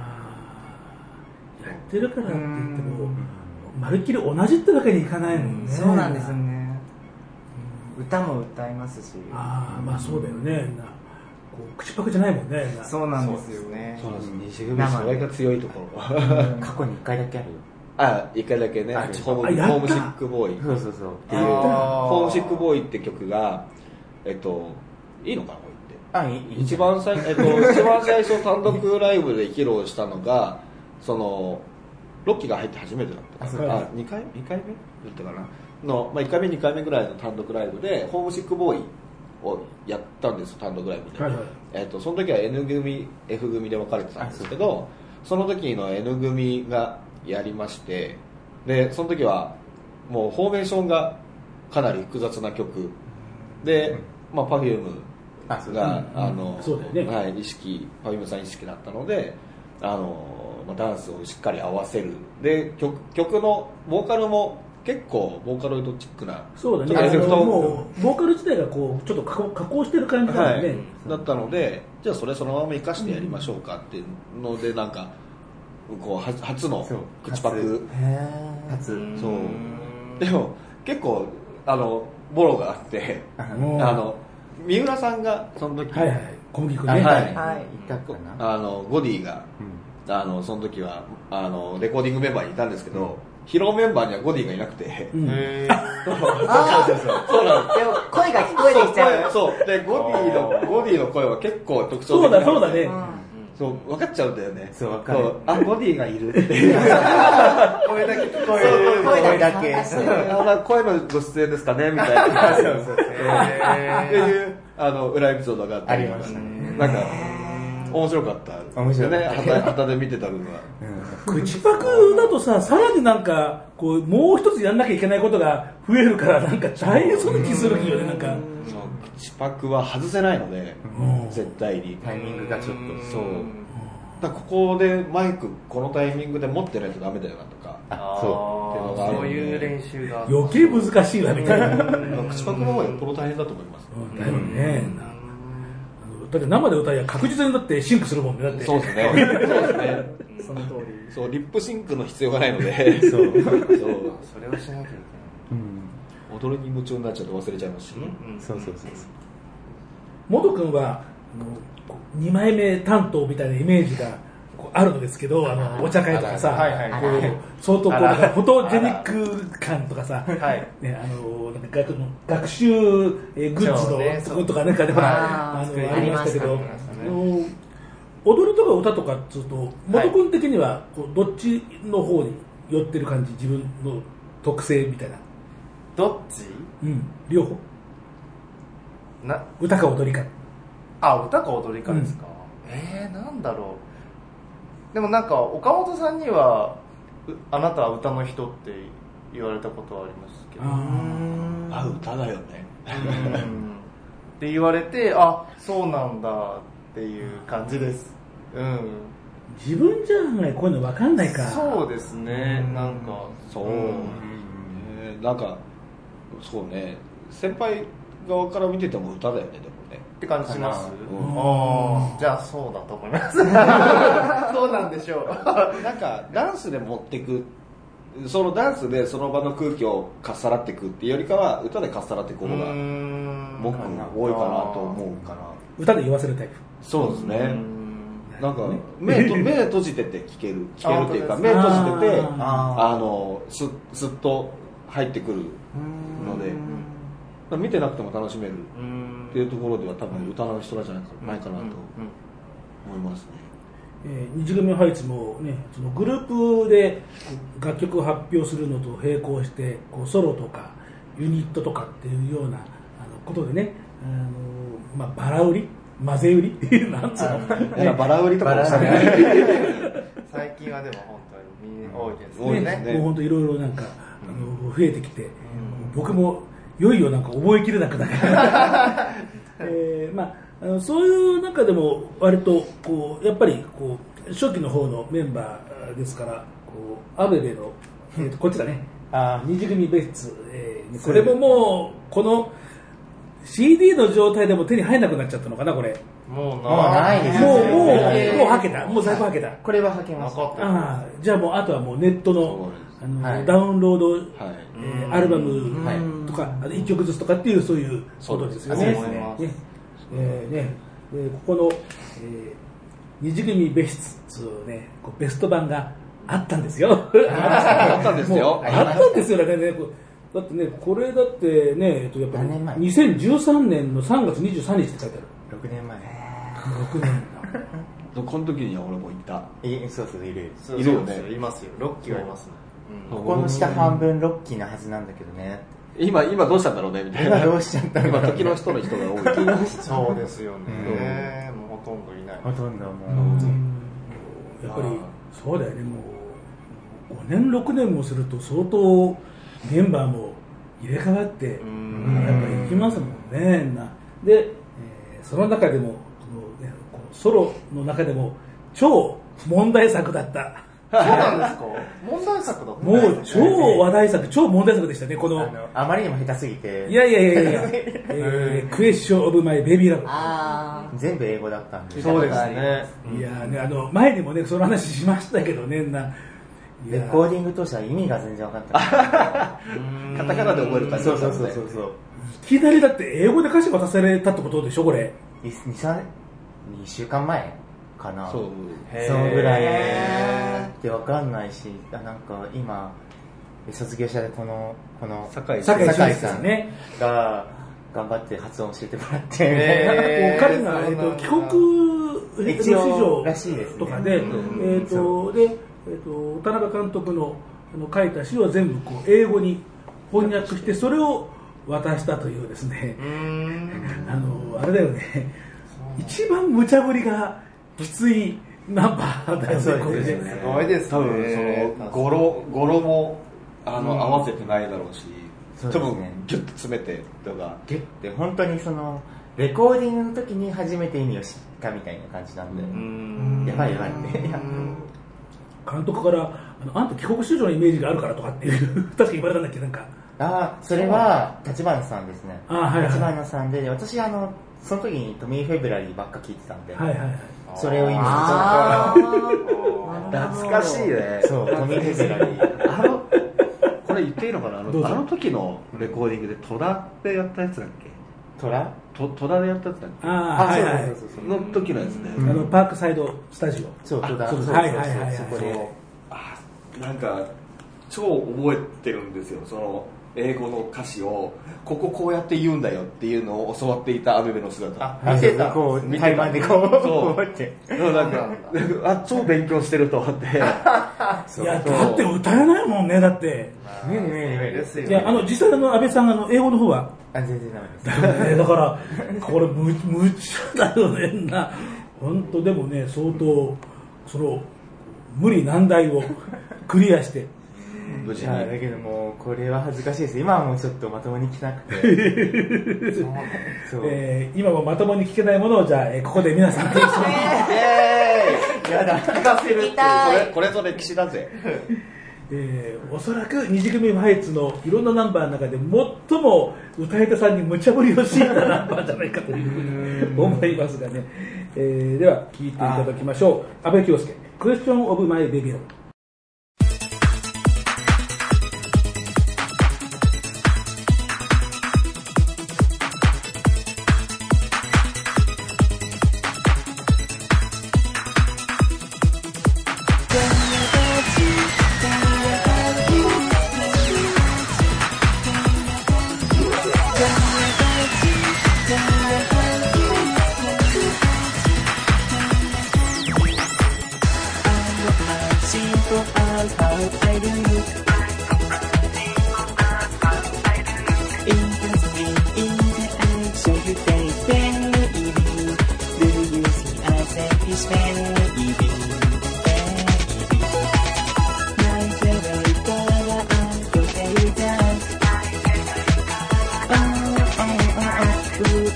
S1: ってるからって言ってもまるっきり同じってわけにいかないもんね。
S6: そうなんですよね。歌も歌いますし。
S1: まあそうだよね。口パクじゃないもんね。
S6: そうなんですよね。
S4: そうなんです。西組それが強いところ。
S3: 過去に1回だけあるよ。
S4: 1回だけね。ホームシックボーイ。
S3: そう
S4: っていうホームシックボーイって曲がいいのかな、こう言って。一番最初単独ライブで披露したのがその6期が入って初めてだった。2回目だったかなの、1回目2回目ぐらいの単独ライブでホームシックボーイをやったんです、単独ライブで。その時は N 組 F 組で分かれてたんですけど、その時の N 組がやりまして、でその時はもうフォーメーションがかなり複雑な曲で、Perfume が意識、Perfume さん意識だったのでダンスをしっかり合わせる。で曲のボーカルも結構ボーカロイドチックな、
S1: そうだね、もうボーカル自体がこうちょっと加工してる感じだよね、
S4: だったので、じゃあそれそのまま生かしてやりましょうかっていうので、なんかこう初の口パクそうでも結構ボロがあって三浦さんがその時
S1: 小麦君ね、
S4: ゴディがその時はレコーディングメンバーにいたんですけど、披露メンバーにはゴディがいなくて、そうなんです。
S6: でも声が聞こえてきちゃう。
S4: そうでゴディの声は結構特徴的な。
S1: そうだね。
S4: そう分かっちゃうんだよね。
S3: そう分かる。
S4: ゴディがいるっていう。
S5: 声だけ聞こえる。
S6: 声だけ。
S4: 声のご出演ですかねみたいな。っていう裏エピソードがありましたね。なんか面白かった。面白いね。旗で見てたのが。
S1: 口パクだとさらになんかこうもう一つやんなきゃいけないことが増えるからなんか大変そうな気するよね。なんか
S4: 口パクは外せないので、絶対に
S3: タイミングがちょっと
S4: そうだからここでマイクこのタイミングで持ってないとダメだよなとか、
S5: そういう練習が
S1: 余計難しいわみたいな。
S4: 口パクの方がよっぽど大変だと思います。
S1: だよね。だって生で歌いや確実にだってシンクするもんね。だって
S4: そうですね。
S5: その通り。
S4: そうリップシンクの必要がないので、
S5: それをしなきゃいけない。
S4: 踊りに夢中になっちゃって忘れちゃいますしね。
S3: そう。
S1: 元君は2枚目担当みたいなイメージがあるのですけど、お茶会とかさ、相当こうなんかフォトジェニック感とかさ、学習グッズのとかなんかでほらありましたけど、踊りとか歌とかっつうと元君的にはどっちの方に寄ってる感じ、自分の特性みたいな。
S5: どっち？
S1: 両方。歌か踊りか。
S5: 歌か踊りかですか。なんだろう。でもなんか岡本さんにはあなたは歌の人って言われたことはありますけど。
S4: 歌だよね。
S5: って言われて、そうなんだっていう感じです。
S1: 自分じゃないこういうの分かんないか。
S5: そうですね。なんか
S4: なんかそうね、先輩側から見てても歌だよね、でもね
S5: って感じします。じゃあそうだと思います。そうなんでしょう。
S4: なんかダンスで持っていく、そのダンスでその場の空気をかっさらっていくっていうよりかは歌でかっさらっていく方が僕多いかなと思うから。
S1: 歌で言わせるタイプ。
S4: そうですね。なんか目閉じてて聞けるっていうか、目閉じててすっと入ってくるので、見てなくても楽しめるっていうところでは多分歌の人じゃないかなと思いますね。
S1: 虹組ハイツもね、そのグループで楽曲を発表するのと並行してソロとかユニットとかっていうようなことでね、 まあ、バラ売り混ぜ売りなんつうの
S4: バラ売りとかもしたね
S5: 最近はでも本当に多いですね。
S1: もう本当いろいろなんか増えてきて、僕もいよいよなんか覚えきれなくなるまあそういう中でも割とこうやっぱりこう初期の方のメンバーですからこうアベベの、こっちだね二次組別、これももうこの CD の状態でも手に入らなくなっちゃったのかなこれ。
S5: もうないです
S1: もうはけた。もう在庫はけた。
S6: これははけました。
S1: じゃあもうあとはもうネットのダウンロード、アルバムとか1曲ずつとかっていうそういうことですよね。ここの二次組別室ねベスト版があったんですよ。
S4: あったんですよ。
S1: あったんですよ。だってねこれだってねやっぱり2013年の3月23日って書いてある。
S6: 6年前。
S1: 6年
S4: だ。この時には俺もいた。
S6: そうそういる
S4: よね。
S5: いますよ。6期はいますね。
S6: ここの下半分6期なはずなんだけどね。
S4: 今どうしたんだろうねみたいな。
S6: どうしちゃったの。
S4: 今時の人の人が多い。
S5: そうですよね。もうほとんどいない。
S6: ほとんども
S1: う。やっぱりそうだよね。もう5年6年もすると相当メンバーも入れ替わってやっぱりいきますもんね。で、その中でもソロの中でも超問題作だった。
S5: そうなんですか。問題作だった。
S1: もう超話題作、超問題作でしたね。この
S6: あまりにも下手すぎて。
S1: いやクエスチョンオブマイベビーラブ。
S6: 全部英語だったんで。
S5: そうですね。
S1: いやね前にもねその話しましたけどね
S6: レコーディング当初は意味が全然分かった。
S4: カタカナで覚えるから。
S6: そう。
S1: いきなりだって英語で歌詞渡されたってことでしょこれ。
S6: 2週間前かな。
S4: そう
S6: のぐらいで分かんないし、なんか今卒業者でこの
S1: 酒井
S6: さんが頑張って発音教えてもらって
S1: 彼が帰国子女
S6: らしいです
S1: とかで田中監督の書いた詩を全部こう英語に翻訳してそれを渡したというですねあれだよね一番無茶ぶりがきついナンバーだよねこれね。
S5: すごいですね。
S4: 多分その語呂も合わせてないだろうし多分ギュッと詰めてとか
S6: ギュッて本当にそのレコーディングの時に初めて意味を知ったみたいな感じなんでやばいって
S1: 監督からあんた帰国子女のイメージがあるからとかっていう確かに言われたんだっけなんか
S6: それは立花さんですね。立花さんで私その時にトミー・フェブラリーばっか聞いてたんでそれを今
S4: 懐かしいね。
S6: そうトミー・フェブラリー
S4: これ言っていいのかなあの時のレコーディングで戸田でやったやつだっけ。
S6: 戸
S4: 田でやったやつだっけ。そうの時のやつね。
S1: パークサイドスタジオ。
S6: そう戸田。
S1: そ
S6: こで
S4: なんか超覚えてるんですよその英語の歌詞をこうやって言うんだよっていうのを教わっていたアベベの姿。
S6: 見てた。対マンでこうって
S4: なんか超勉強してると思って。いや
S1: だって歌えないもんねだって。いや実際安倍さん英語の方は
S6: 全然ダメです。
S1: だからこれむちゃだよね本当でもね相当その無理難題をクリアして。
S4: 無事に
S6: だけどもこれは恥ずかしいです。今はもうちょっとまともに聞けなくて
S1: 今もまともに聞けないものをじゃあここで皆さん提出します。
S6: やだ
S4: 聞かせるってこれぞ歴史だぜ。
S1: おそらく二次組ファイツのいろんなナンバーの中で最も歌い手さんに無茶ぶりを強いたナンバーじゃないかというふうに思いますがね、では聴いていただきましょう。阿部恭介クエスチョンオブマイベビー。
S11: See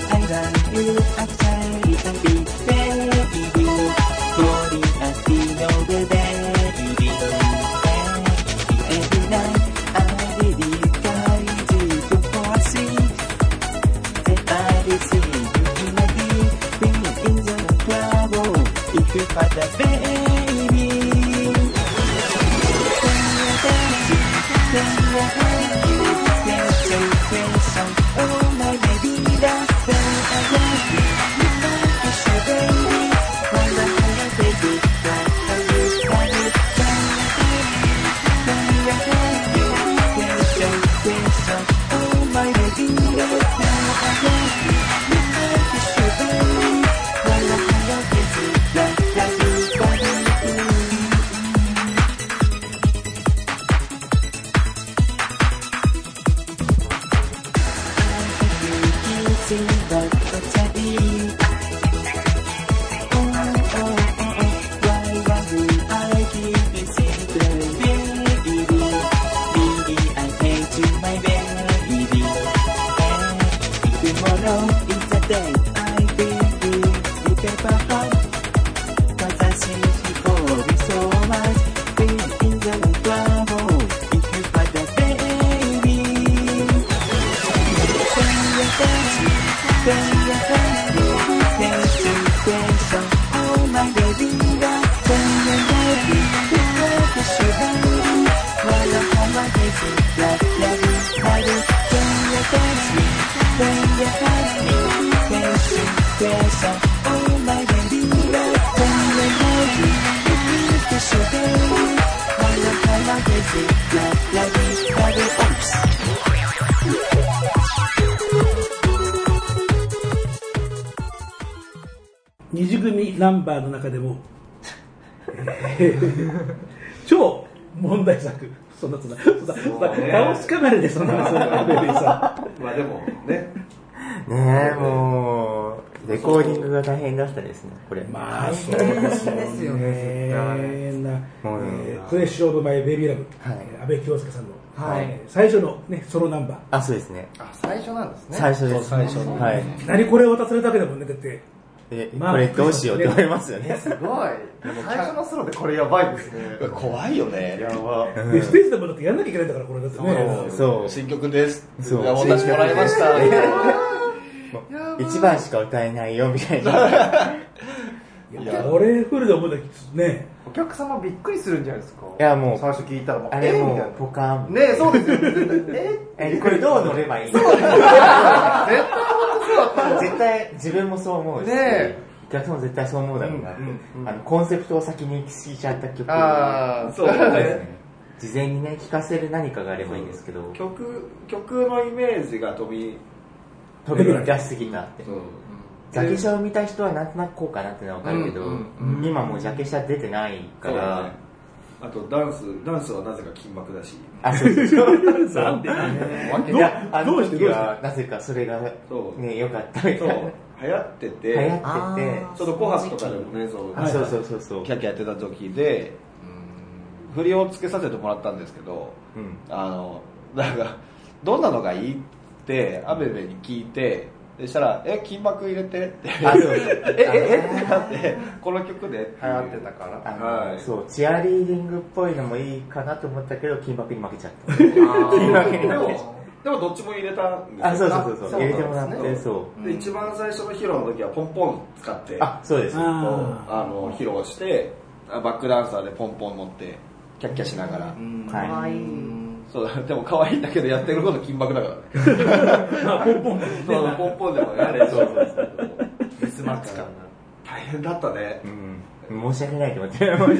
S11: I love you actually a big baby falling asleep on the baby every night I really try to fall asleep that I see you in a deep in the trouble if you got a baby then you have you there's a question oh my baby that's when I love you you like a show baby when I have a baby that's how you got it then you have you there's a question oh my baby that's when I love you you like a show baby when I have a baby that's how you got it Sing but what's a deep oh, oh, oh, oh why would I keep it secret baby baby I hate you my baby and tomorrow is the day I feel you paper heart cause I see you for me so much feel in the trouble if you got that baby when you have me, there's a question, oh my baby, when you have me, you have to show me, while I have my baby, love you, when you have me, there's a question, oh my baby, when you have me, you have to show me, while I have my baby, love you, oops.
S1: 二次組ナンバーの中でも、超問題作そんな顔しかめるでそんなベビーさん
S4: まあでもね
S3: ねえもうレコーディングが大変だったですねこれ
S1: まあそうですよねクレッシュオブマイベビーラブ阿部恭介さんの最初のねソロナンバー
S3: あそうですね
S5: 最初なんですね
S3: 最初です
S5: 最初
S1: はいいきなりこれを渡されただけでもねだって
S3: これどうしようって思いますよね
S5: すごい最初のソロでこれやばいですね
S4: 怖いよね
S5: やば
S1: でステージでもだってやんなきゃいけないんだからこれだってね
S3: そう
S4: 新曲です
S3: そう
S4: お渡しもらいました
S3: 一番しか歌えないよみたいない
S1: やこれフルで思うんだけどね
S5: お客様びっくりするんじゃないですか
S3: いやもう
S5: 最初聞いたらもう
S3: あれもうポカン
S5: ねそうですよ
S3: これどう乗ればいい絶対自分もそう思うしお客さんも絶対そう思うだろうなってコンセプトを先に聞きちゃった曲
S4: そうですね
S3: 事前にね聴かせる何かがあればいいんですけど
S4: 曲のイメージが飛び
S3: 出しすぎたってジャケ写を見た人はなんとなくこうかなってのは分かるけど今もうジャケ写出てないから
S4: あとダンスはなぜか金幕だし
S3: あそう
S1: なんで
S3: いやあの時はなぜかそれがね良かったみたいな
S4: 流行ってて
S3: ちょっ
S4: と紅白とかでもねそうキャキャやってた時で振りをつけさせてもらったんですけどなんかどんなのがいいってアベベに聞いてそしたら金箔入れてってってなってこの曲で
S5: 流行ってたから
S3: そうチアリーディングっぽいのもいいかなと思ったけど金箔に負けちゃった金箔に負けちゃった
S4: でもどっちも入れたんですよ。
S3: あ、そう入れてもらってそう
S4: で一番最初の披露の時はポンポン使って
S3: そうです
S4: 披露してバックダンサーでポンポン持ってキャッキャしながら
S3: はい
S4: そうでも可愛いんだけどやってること金箔だから
S1: ポンポン
S4: ポンポンでもやれ
S3: そう
S5: ミスマッチ感が
S4: 大変だったね
S3: 申し訳ないと思っていや
S4: なんか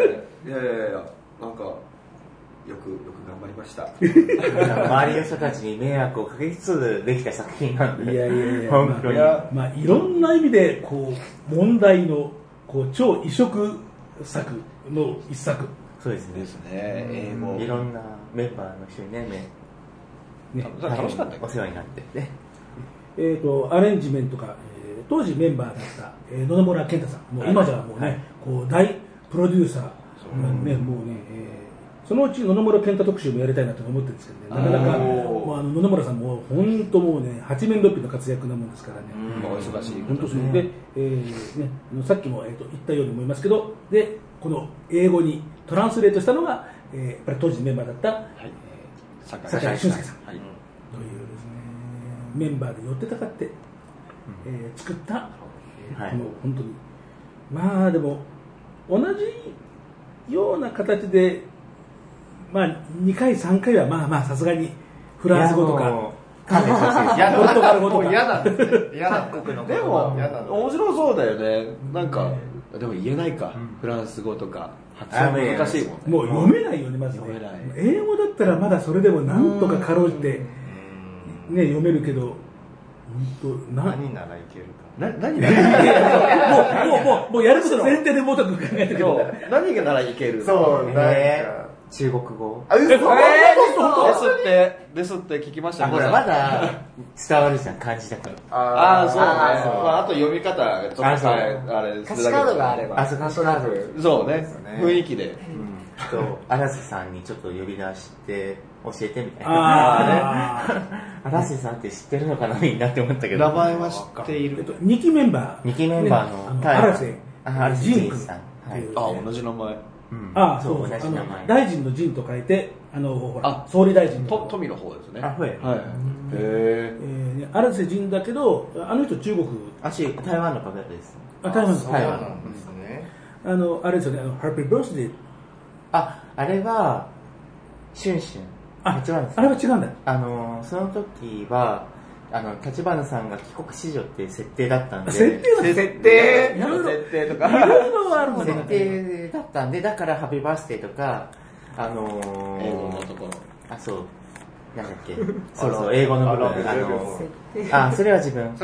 S4: よく頑張りました
S3: 周りの人たちに迷惑をかけつつできた作品なんで
S1: いや
S3: 本当に
S1: まあいろんな意味でこう問題のこう超異色作の一作
S3: そうですね
S4: 英語
S3: いろんなメンバーの人にね
S4: 楽しかった
S3: お世話になってね
S1: アレンジメントが当時メンバーだった野々村健太さんもう今じゃもうねこう大プロデューサーねもうねそのうち野々村健太特集もやりたいなと思ってるんですけどねなかなかも野々村さんも本当もうね八面六臂の活躍なもんですからね、
S4: お忙しい
S1: 本当ですね。で、さっきも言ったように思いますけど、でこの英語にトランスレートしたのが、やっぱり当時メンバーだった、酒井俊介さん、というですねメンバーで寄ってたかって、作った、この本当にまあでも同じような形で、まあ2回3回はまあまあさすがにフランス語とかポルトガル語とか
S5: 嫌なんですよ。嫌なん
S4: でも面白そうだよね。なんかでも言えないか、フランス語とか発音難しいもんね。
S1: もう読めないよね、まずね。英語だったらまだそれでもなんとかかろうじてね読めるけど、
S5: 何ならいけるか。
S4: 何なら
S1: もうやること前提でもうちょっと考えてるけど、
S4: 何がならいける。
S5: そう
S3: 中国語。
S4: ですって聞きましたね。
S3: ほらまだ伝わるじゃん、漢字だから。
S4: そうね。あと読み方がちょっとあれ
S6: 歌詞カードがあれば。
S3: 歌詞カード。
S4: そうね。雰囲気で。
S3: 荒瀬さんにちょっと呼び出して教えてみたいな。荒瀬さんって知ってるのかなみんなって思ったけど。
S4: 名前は知っている。
S1: 2期メンバ
S3: ーの
S1: 荒瀬仁
S3: さん。
S4: 同じ名前。
S1: そう同じ名前。大臣の仁と書いて、ほら総理大臣
S4: の富の方ですね。
S1: 荒瀬仁だけど、あの人中国。
S3: 台湾の方です。
S1: 台湾ですね。あれですよね、ハッピーバースデー。
S3: あれはシュンシュン。
S1: あれは違うんだ。
S3: その時は立花さんが帰国子女っていう設定だったんで。
S1: 設定
S3: とかいろいろあるの設定だったんで、だからハッピーバースデーとか
S4: 英語のところ。
S3: そうなんだっけ。そう英語の部分。それは自分。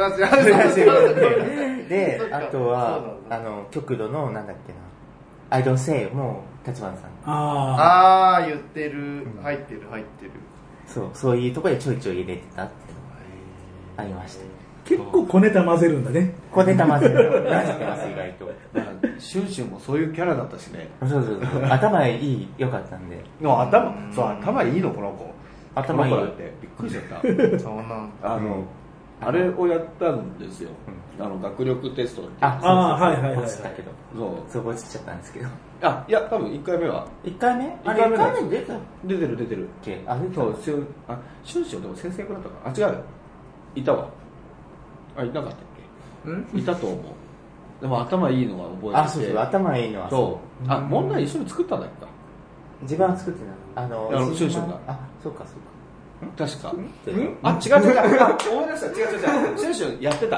S3: で、あとは極度のなんだっけな。I don't say も立花さん。
S5: 言ってる、入ってる。
S3: そういうところでちょいちょい入れてたっていうのがありました。
S1: 結構小ネタ混ぜるんだね。
S3: 小ネタ混ぜる。出してます、意外と。
S4: シュンシュンもそういうキャラだったしね。
S3: そう。頭良かったんで。
S4: 頭いいのこの子。
S3: 頭いいよ
S4: ってびっくりしちゃった。
S5: そうなん
S4: あれをやったんですよ。学力テストって。
S3: 落ちたけど。そう落ちちゃったんですけど。
S4: いや多分1回目は。
S3: 1回目出てる。
S4: 出てる。シュンシュンでも先生役だったかな。違うよ。いたわ。いなかったっけ？いたと思う。でも頭いいのは覚えてて。
S3: そう、頭いいのは
S4: そう。問題一緒に作ったんだっけか。
S3: 自分は作ってない。
S4: シュンシュンが。
S3: そうか。
S4: 確か。違う。思い出した。違う。シュンシュンやって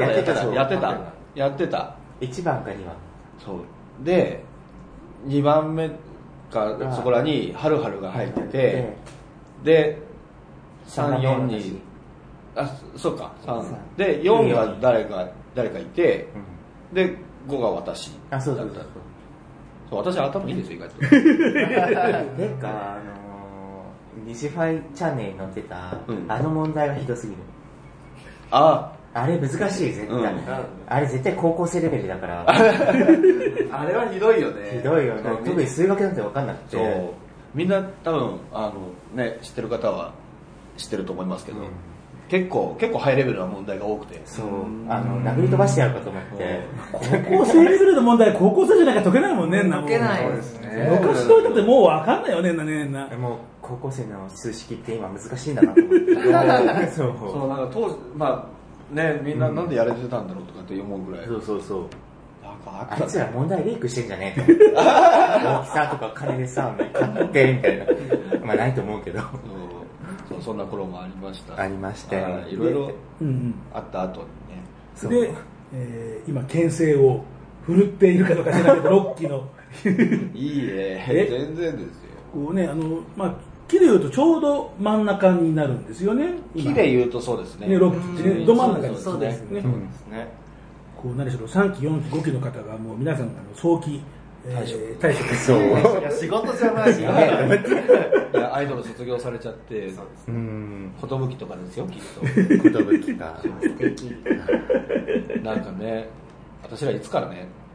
S4: た。
S3: 1番か2番。
S4: そう。で、2番目か、そこらに、はるはるが入ってて、で、3、4に、そうか、3。で、4が誰かいて、で、5が私。
S3: そう。
S4: 私頭いいですよ、意外と。
S3: てか、西ファイチャンネルに載ってた、問題がひどすぎる。あれ難しい、絶対。あれ絶対高校生レベルだから。
S4: あれはひどいよね。
S3: ひどいよね。特に数学なんて分かんなくて。
S4: みんな多分、知ってる方は知ってると思いますけど、結構ハイレベルな問題が多くて。
S3: そう。殴り飛ばしてやるかと思って。
S1: 高校生レベルの問題、高校生じゃなきゃ解けないもんね。
S6: 解けないですね。
S1: 昔といたってもう分かんないよね。
S3: もう高校生の数式って今難しいんだなと思って。
S4: そう、なんか当時、みんななんでやれてたんだろうとかって思うぐらい。
S3: そう。
S4: なんか
S3: あいつら問題リークしてんじゃねえと。大きさとか金でさ、買ってみたいな。ないと思うけど。
S4: そんな頃もありました。
S3: ありまして。
S4: いろいろあった後に
S1: ね。で、今、牽制を振るっているかどうか知らないけど、6期の。
S4: いいね。全然ですよ。
S1: こうね、木で言うとちょうど真ん中になるんですよね。
S4: 木で言うとそうですね。
S1: 6期ってど真ん中に。
S6: そうですね。
S1: こう何しろ3期、4期、5期の方がもう皆さん早期退職。
S3: そう。
S5: いや仕事じゃないし。
S4: アイドル卒業されちゃって、寿とかですよきっと。
S3: 寿か。
S4: なんかね、私らいつからね、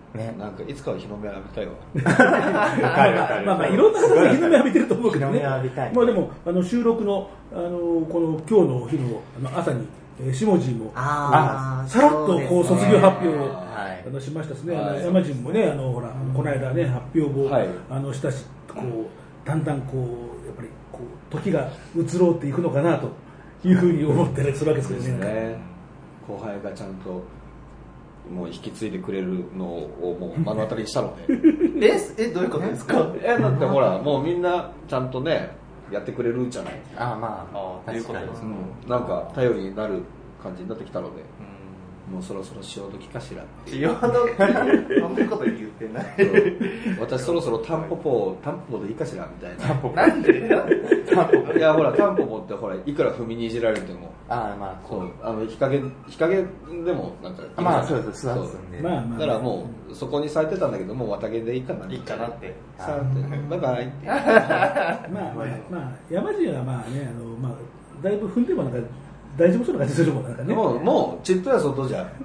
S4: なんかいつかは日の目浴びたいわ。
S1: まあいろんな方が日の目浴びてると思うけどね。まあでも収録のこの今日の日の朝に下地もさらっとこう卒業発表をしましたしね。山地もねほらこの間ね発表をしたし、こうだんだんこうやっぱりこう時が移ろうっていくのかなというふうに思ってするわけですけどね。
S4: 後輩がちゃんともう引き継いでくれるのをもう目の当たりにしたので
S5: どういうことですか？
S4: だってほらもうみんなちゃんとねやってくれるじゃない。
S6: 確かに
S4: なんか頼りになる感じになってきたので、もうそろそろ潮時かしらって
S5: 潮時そんなこと言ってない
S4: 私そろそろタンポポでいいかしらみたいな。
S5: なんで
S4: いやほらタンポポってほらいくら踏みにいじられてもそう日陰でもなんか
S3: そうです育つんで
S4: だからもうそこに咲いてたんだけどもう綿毛でいいかなってさあバイバイって
S1: まあ山地はまあねだいぶ踏んでもなんか大丈夫そうな感じするもんなんかね。
S4: もうちっとやそっとじゃ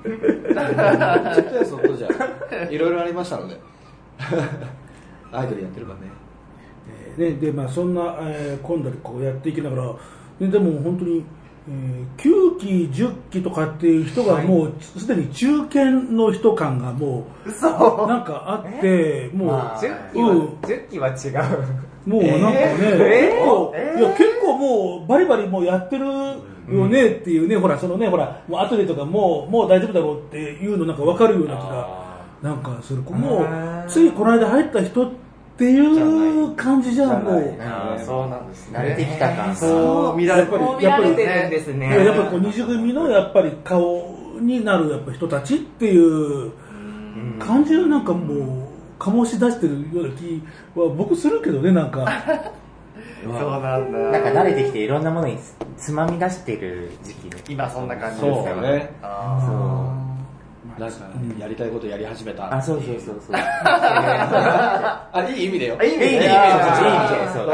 S4: いろいろありましたのでアイドルやってるからね。
S1: でまあそんな今度こうやっていきながら、でも本当に9期10期とかっていう人がもうすでに中堅の人感がもうなんかあってもう
S6: 10期は違う。
S1: もうなんかね結構もうバリバリもうやってるよねっていうね、ほらそのねほらもう後でとかもう大丈夫だろうっていうのなんか分かるような気がなんかする。もうついこの間入った人っていう感じじゃんもう。
S5: そうなんですね。
S3: 慣れてきたか。
S6: そう見られてるんですね。
S1: やっぱりこう二次組のやっぱり顔になるやっぱ人たちっていう感じのなんかもう醸し出してるような気は僕するけどねなんか。
S5: そうなんだ。
S3: なんか慣れてきていろんなものにつまみ出してる時期で。
S5: 今そんな感じですよね。
S4: なんかやりたいことやり始めた。
S3: そう。
S4: いい意味だよ。
S3: いい意味で。そう。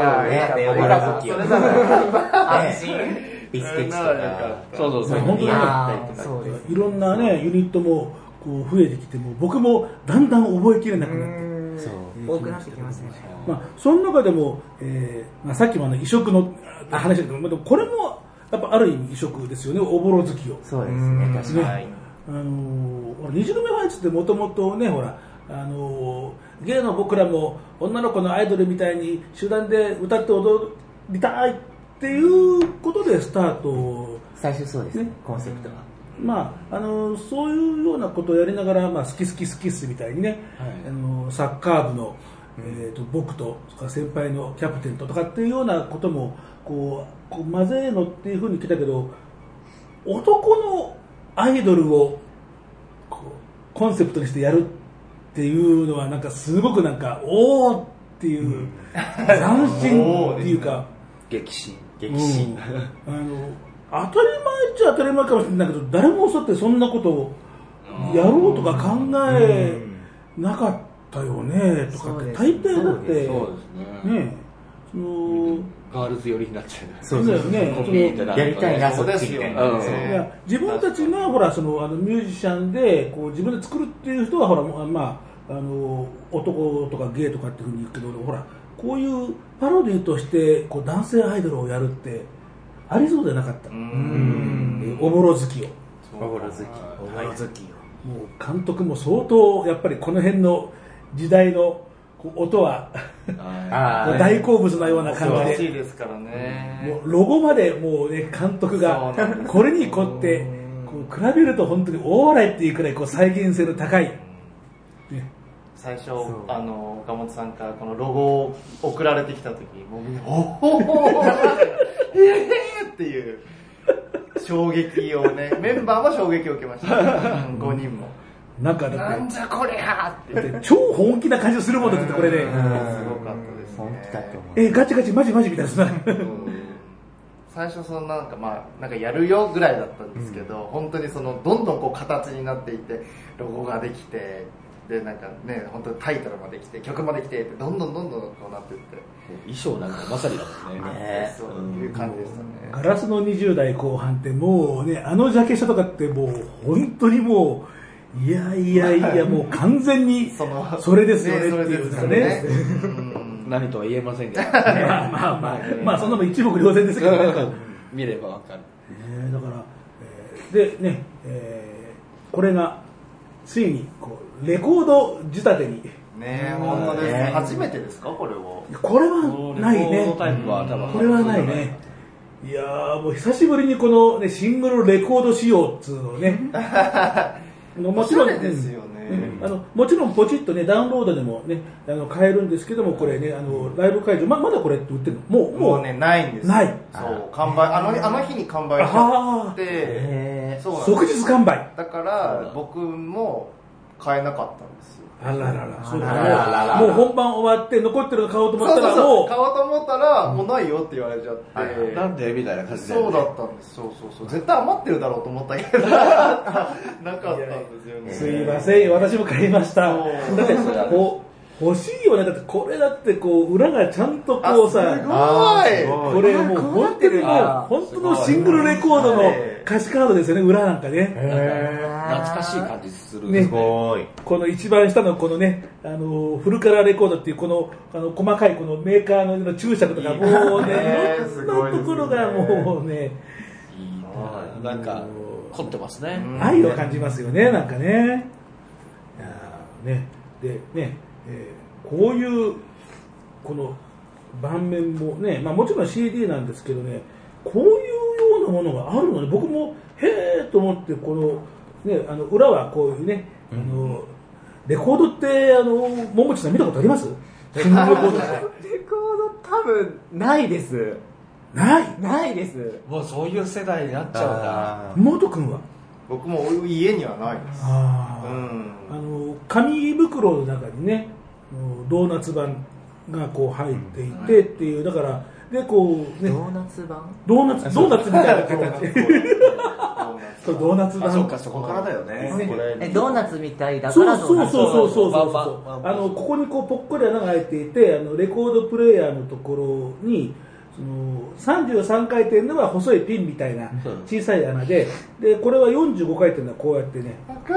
S3: ビスケッチとか。
S4: そう。
S1: 本当にいろんなねユニットもこう増えてきても僕もだんだん覚えきれなくなって。
S6: 多くなってきますね。
S1: その中でもさっきも異色の話だけどこれもやっぱある意味異色ですよね。おぼろ月を。
S3: そうですね確かに。
S1: 二次組ファイツってもともとねほら芸の僕らも女の子のアイドルみたいに集団で歌って踊りたいっていうことでスタート
S3: 最初そうですねコンセプトは。
S1: そういうようなことをやりながら、好きっすみたいにね、サッカー部の、僕と先輩のキャプテンとかっていうようなこともこう混ぜーのっていうふうに来たけど、男のアイドルをコンセプトにしてやるっていうのはなんかすごくなんかおーっていう斬新っていうか
S4: 激震、
S1: 当たり前っちゃ当たり前かもしれないけど誰もそうやってそんなことをやろうとか考えなかったよねとかって大抵だってね
S4: ガールズ寄りになっちゃう。
S1: そうだよね。
S3: やりたいなそっちみたいな。
S1: 自分たちがほらそのミュージシャンでこう自分で作るっていう人はほら男とかゲイとかっていうふうに言うけどほらこういうパロディとしてこう男性アイドルをやるってありそうでなかった。おぼろ月を。
S3: おぼろ月を。
S1: もう監督も相当やっぱりこの辺の時代の音は大好物のような感じで、
S5: ですからね。
S1: もうロゴまでもうね監督がこれにこうってこう比べると本当に大笑いっていうくらいこう再現性の高い。ね、
S5: 最初岡本さんからこのロゴを送られてきた時もうみんなおっていう衝撃をねメンバーも衝撃を受けました。5人も。なんじゃこれやって
S1: 超本気な感じがするもんだってこれで、
S5: すごかったですね。
S3: 本気だと思う。
S1: ガチガチマジみたいな
S5: 最初そのなんかやるよぐらいだったんですけど、本当にそのどんどんこう形になっていってロゴができてでなんかね本当にタイトルもできて曲もできてってどんどんこうなっていって
S4: 衣装なんかまさにだもんね。
S5: そういう感じでしたね。
S1: ガラスの20代後半ってもうねジャケ写とかってもう本当にもういやいやいや、もう完全にそれですよねっていうかね。
S4: 何とは言えませんけど。
S1: まあそんなも一目瞭然ですけどね。
S4: 見ればわかる。
S1: だから、でね、これがついにこうレコード仕立てに。
S5: ね、本当です。初めてですかこれは。
S1: これはないね。
S4: レコードタイプは多分。
S1: これはないね。いやーもう久しぶりにこの、ね、シングルレコード仕様っつうのねもちろん
S5: ですよね、
S1: もちろんポチッとねダウンロードでもね買えるんですけども、これねライブ会場 まだこれって売ってるの
S5: もうねないんです。
S1: ない。
S5: そう完売あの日に完売しちゃって、
S1: 即日完売
S5: だから僕も買えなかったんですよ。
S1: あららら、そうだね。もう本番終わって残ってるの買おうと思ったらもう
S5: 買おうと思ったらもうないよって言われちゃって、
S4: なんでみたいな感じで。
S5: そうだったんです。そう絶対余ってるだろうと思ったけどなかったんですよね。
S1: すいません、私も買いました。だってこう欲しいよね。だってこれだってこう裏がちゃんとこうさ、これもう本当のシングルレコードの歌詞カードですよね、裏なんかね。
S4: 懐かしい感じする。
S1: ね、すごい。この一番下のこのね、フルカラーレコードっていうこの細かいこのメーカーの注釈とかもうね、いろんなところがもうね、
S4: なんか凝ってますね。
S1: 愛を感じますよね、なんかね。ね、でね、こういうこの盤面もね、まあもちろん CD なんですけどね、こういうようなものがあるので、僕もへーと思ってこのね、裏はこういうね、レコードって桃地さん見たことあります？レコード
S6: 多分ないです。ないです。
S4: もうそういう世代になっちゃ
S1: うんだ。妹くんは？
S5: 僕も家にはないです。
S1: 紙袋の中にね、ドーナツ版がこう入っていてっていう、だからでこうね、
S6: ドーナツ版？
S1: ドーナツみたいな形。そうドーナツ版。
S4: そうか、そこからだよね。
S6: ドーナツみたいだからドーナツ。
S1: そうここにこうぽっこり穴が開いていて、レコードプレーヤーのところに33回転では細いピンみたいな小さい穴で、これは45回転ではこうやってね、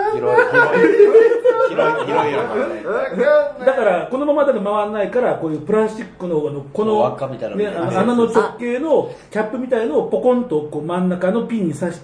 S1: 広いだからこのままだと回らないから、こういうプラスチックのこの穴の直径のキャップみたいのをポコンとこう真ん中のピンに刺して、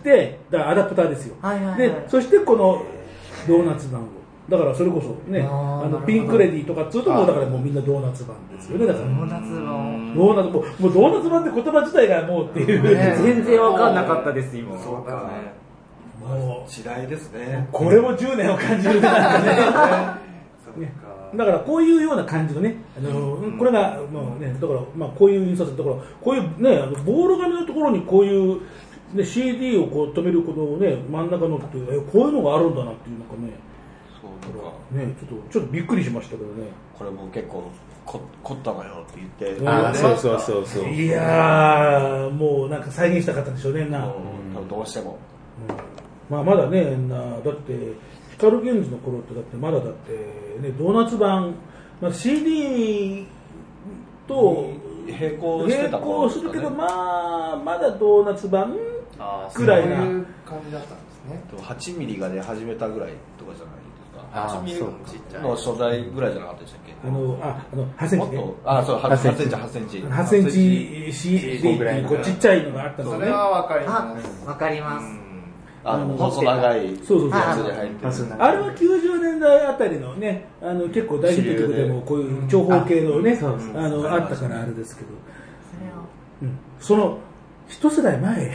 S1: だからアダプターですよ。でそしてこのドーナツ版を、だからそれこそね、ピンクレディーとかっつうともうだからもうみんなドーナツ版ですよね。だから
S6: ドーナツ版、
S1: もうドーナツ版って言葉自体がもうっていう、
S6: 全然分かんなかったです今。
S5: そうかね、
S4: もう時代ですね。
S1: これも10年を感じるなんかね。だからこういうような感じのね、これがもうね、だからまあこういう印刷のところ、こういうねボール紙のところにこういうね CD をこう止めるこのね真ん中のってこういうのがあるんだなっていうのかね。ね、ちょっとびっくりしましたけどね。
S4: これも結構凝ったのよって言って、
S1: そういやーもうなんか再現したかったでしょうね。
S4: どうしても、
S1: まだね、だって光源氏の頃ってだってまだだってねドーナツ版、CD と並行するけど、まだドーナツ版くらいな
S5: 感じだったんですね。
S4: 8ミリが出始めたぐらいとかじゃない。
S5: 8ミリのちっちゃい
S4: の初代ぐらいじゃなかったでしたっけ
S1: ？8センチね。
S4: そう、8センチ。
S1: 8センチ CD ぐらいのちっちゃいのがあったのね。
S5: それはわかります。
S6: わかります。
S4: 細長いやつで入ってる。
S1: あれは90年代あたりのね、結構大ヒット曲でもこういう長方形のね、あったからあれですけど、その一世代前。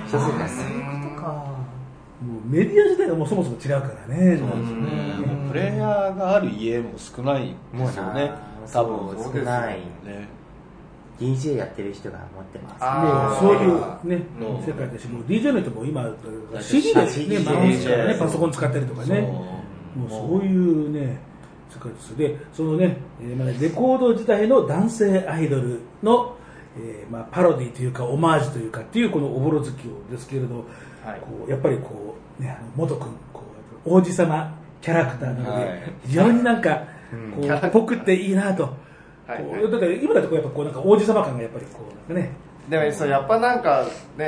S1: もうメディア自体がもうそもそも違うからね。
S4: そうですね。プレイヤーがある家も少ないですよね。多分
S3: 少ない。DJ やってる人が持ってます。
S1: もうそういうね世界だし、もう DJ の人も今 CD でね回すからね、パソコン使ったりとかね。もうそういうね世界です。で、そのねレコード時代の男性アイドルのパロディというかオマージュというかっていうこのおぼろ月夜ですけれど。こうやっぱりこうね元君こう王子様キャラクターなので非常になんかこうぽくっていいなと。だって今だとやっぱこうなんか王子様感がやっぱりこうなんかね。
S5: でもそうやっぱなんかね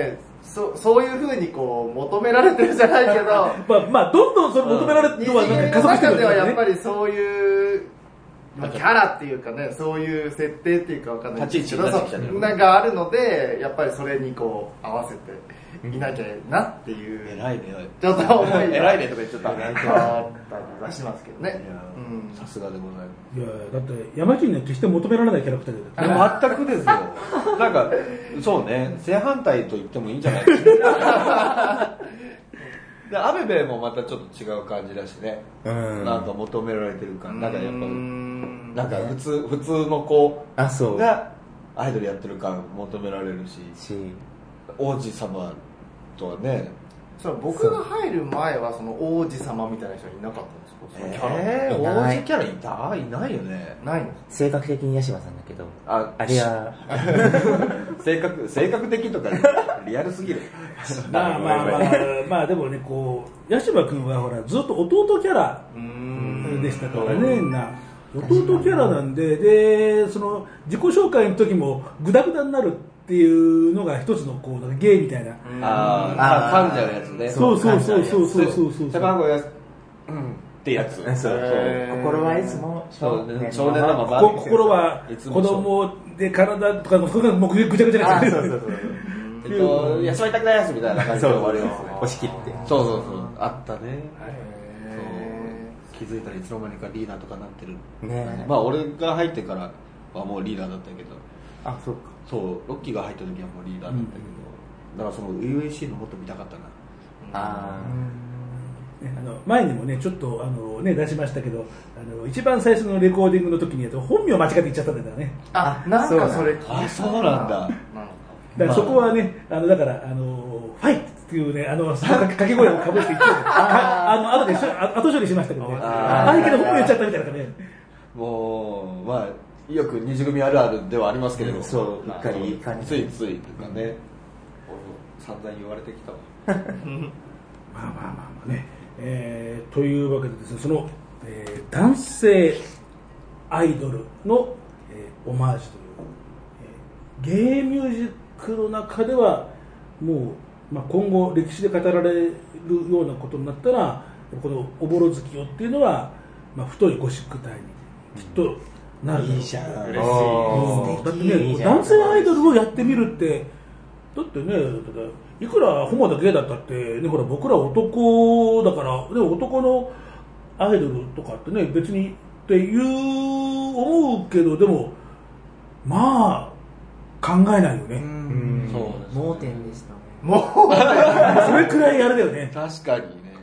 S5: そういう風にこう求められてるじゃないけど
S1: まあどんどんそれ求められてるのはなんか加速してるんだよね。
S5: 二次元の中ではやっぱりそういうキャラっていうかね、そういう設定っていうかわかんないですけど、なんかあるので、やっぱりそれにこう合わせていなきゃなっていう、
S4: 偉いね、
S5: ちょっと思いが
S4: 偉いねとか言っちゃった。
S5: あったり出しますけどね。
S4: さすがでございます。
S1: いやだって山地には決して求められないキャラクターで。
S4: 全くですよ。なんかそうね、正反対と言ってもいいんじゃないですか。でアベベもまたちょっと違う感じだしね、なんか求められてる感、なんかやっぱなんか普通の子がアイドルやってる感求められるし、王子様とはね。
S5: そう僕が入る前はその王子様みたいな人いなかったんですか？そのキャラ
S4: 王子キャラいないよね。
S5: ないの？
S3: 性格的にヤシマさんだけど、あれは
S4: 性格的とかリアルすぎる。
S1: まあでもね、こうヤシマ君はほらずっと弟キャラでしたからね。弟キャラなんで、その自己紹介の時もグダグダになるっていうのが一つのこう芸みたいな。
S4: 噛んじゃうやつね。
S1: そう。
S4: 卵やってやつ。
S3: 心はいつも
S4: 少年のまま。
S1: 心は子供で体とかの服がもうぐちゃぐちゃになっちゃう。
S4: 休まりたくないやつみたいな感じで終わるやつね。
S3: 押し切って。
S4: そうあったね。気づいたらいつの間にかリーダーとかなってる。まあ俺が入ってからはもうリーダーだったけど。
S3: あ、そうか。
S4: そう、ロッキーが入った時はもうリーダーだったけど、だからその UAC のもっと見たかったな。
S1: 前にもねちょっと出しましたけど、一番最初のレコーディングの時に本名間違って言っちゃったんだよね。
S5: なんかそれ
S4: そうなんだ。
S1: だからそこはね、だからファイトっていうね掛け声をかぶして言って後処理しましたけどね。相手が本名言っちゃったみたいなね。
S4: もうまあよく二次組あるあるではありますけれど、
S3: そううっかり
S4: ついとかね、散々言われてきたわ。
S1: まあね、というわけでですね、その、男性アイドルの、オマージュという、ゲイミュージックの中ではもう、今後歴史で語られるようなことになったら、このおぼろ月夜っていうのは、太いゴシック体にきっとなる。
S3: いいじゃん。
S1: 嬉しい。だってね、男性アイドルをやってみるって、だってね、いくらホモだゲイだったってね、ほら僕ら男だからね、男のアイドルとかってね別にっていう思うけど、でもまあ考えないよね。
S6: 盲点でしたね。
S1: それくらいあれだよね。
S4: 確かにね。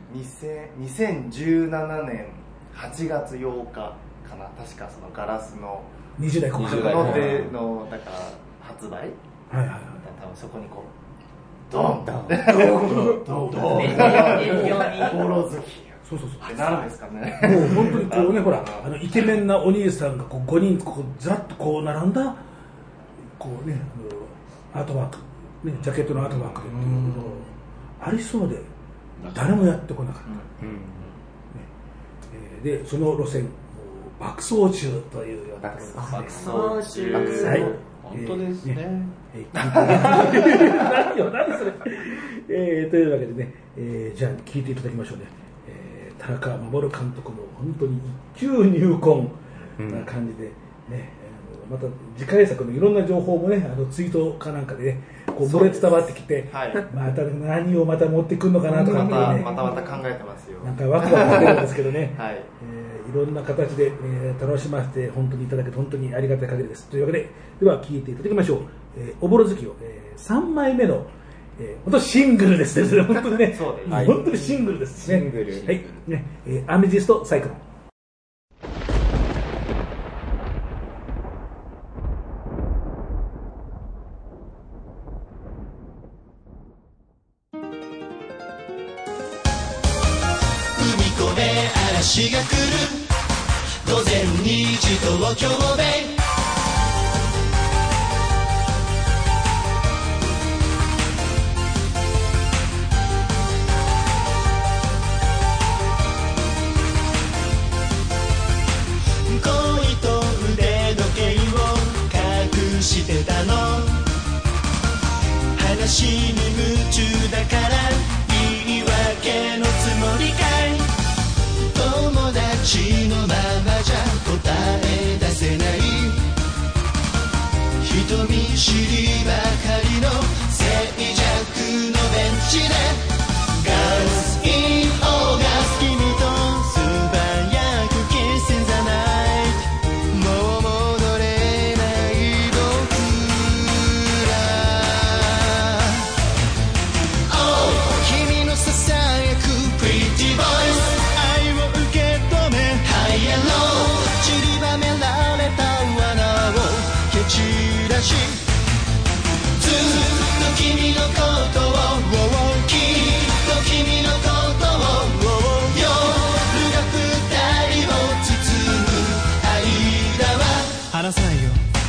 S5: 2017年8月8日かな、確かそのガラスの
S1: 20代後半
S5: のだから発売。多分そこにこう。ドンボロ月
S1: そう
S5: なるんですかね。
S1: もう本当にこうね、ほらイケメンなお兄さんがこう5人こうずらっとこう並んだこうねアートワークね、ジャケットのアートワークでっていうのありそうで誰もやってこなかった。でその路線爆走中というようなところです。
S3: 爆走中。
S1: はい。
S4: 本当ですね。
S1: 何それ。というわけでね、じゃあ聞いていただきましょうね。田中守監督の本当に一級入魂な感じでね、また次回作のいろんな情報もね、ツイートかなんかでね、こう漏れ伝わってきて、また何をまた持ってくるのかなとかってね、
S5: また考えてますよ。
S1: なんかワクワクしてるんですけどね。いろんな形で、楽しませて本当にいただけて本当にありがたい限りです。というわけで、では聴いていただきましょう。おぼろ月夜、3枚目の、本当シングルですね。本当にね、本当にシングルですね。
S3: シングル。
S1: はい。ね、アメジストサイクロン。
S10: 嵐が来る午前2時東京ベイ恋と腕時計を隠してたの話に夢中知りばかりの静寂のベンチでガスインオーガス君と素早くキスインザナイトもう戻れない僕ら Oh 君のささやく Pretty Voice 愛を受け止め High and Low 散りばめられた罠を蹴散らしずっと君のことをきっと君のことを夜が二人を包む間は離さないよ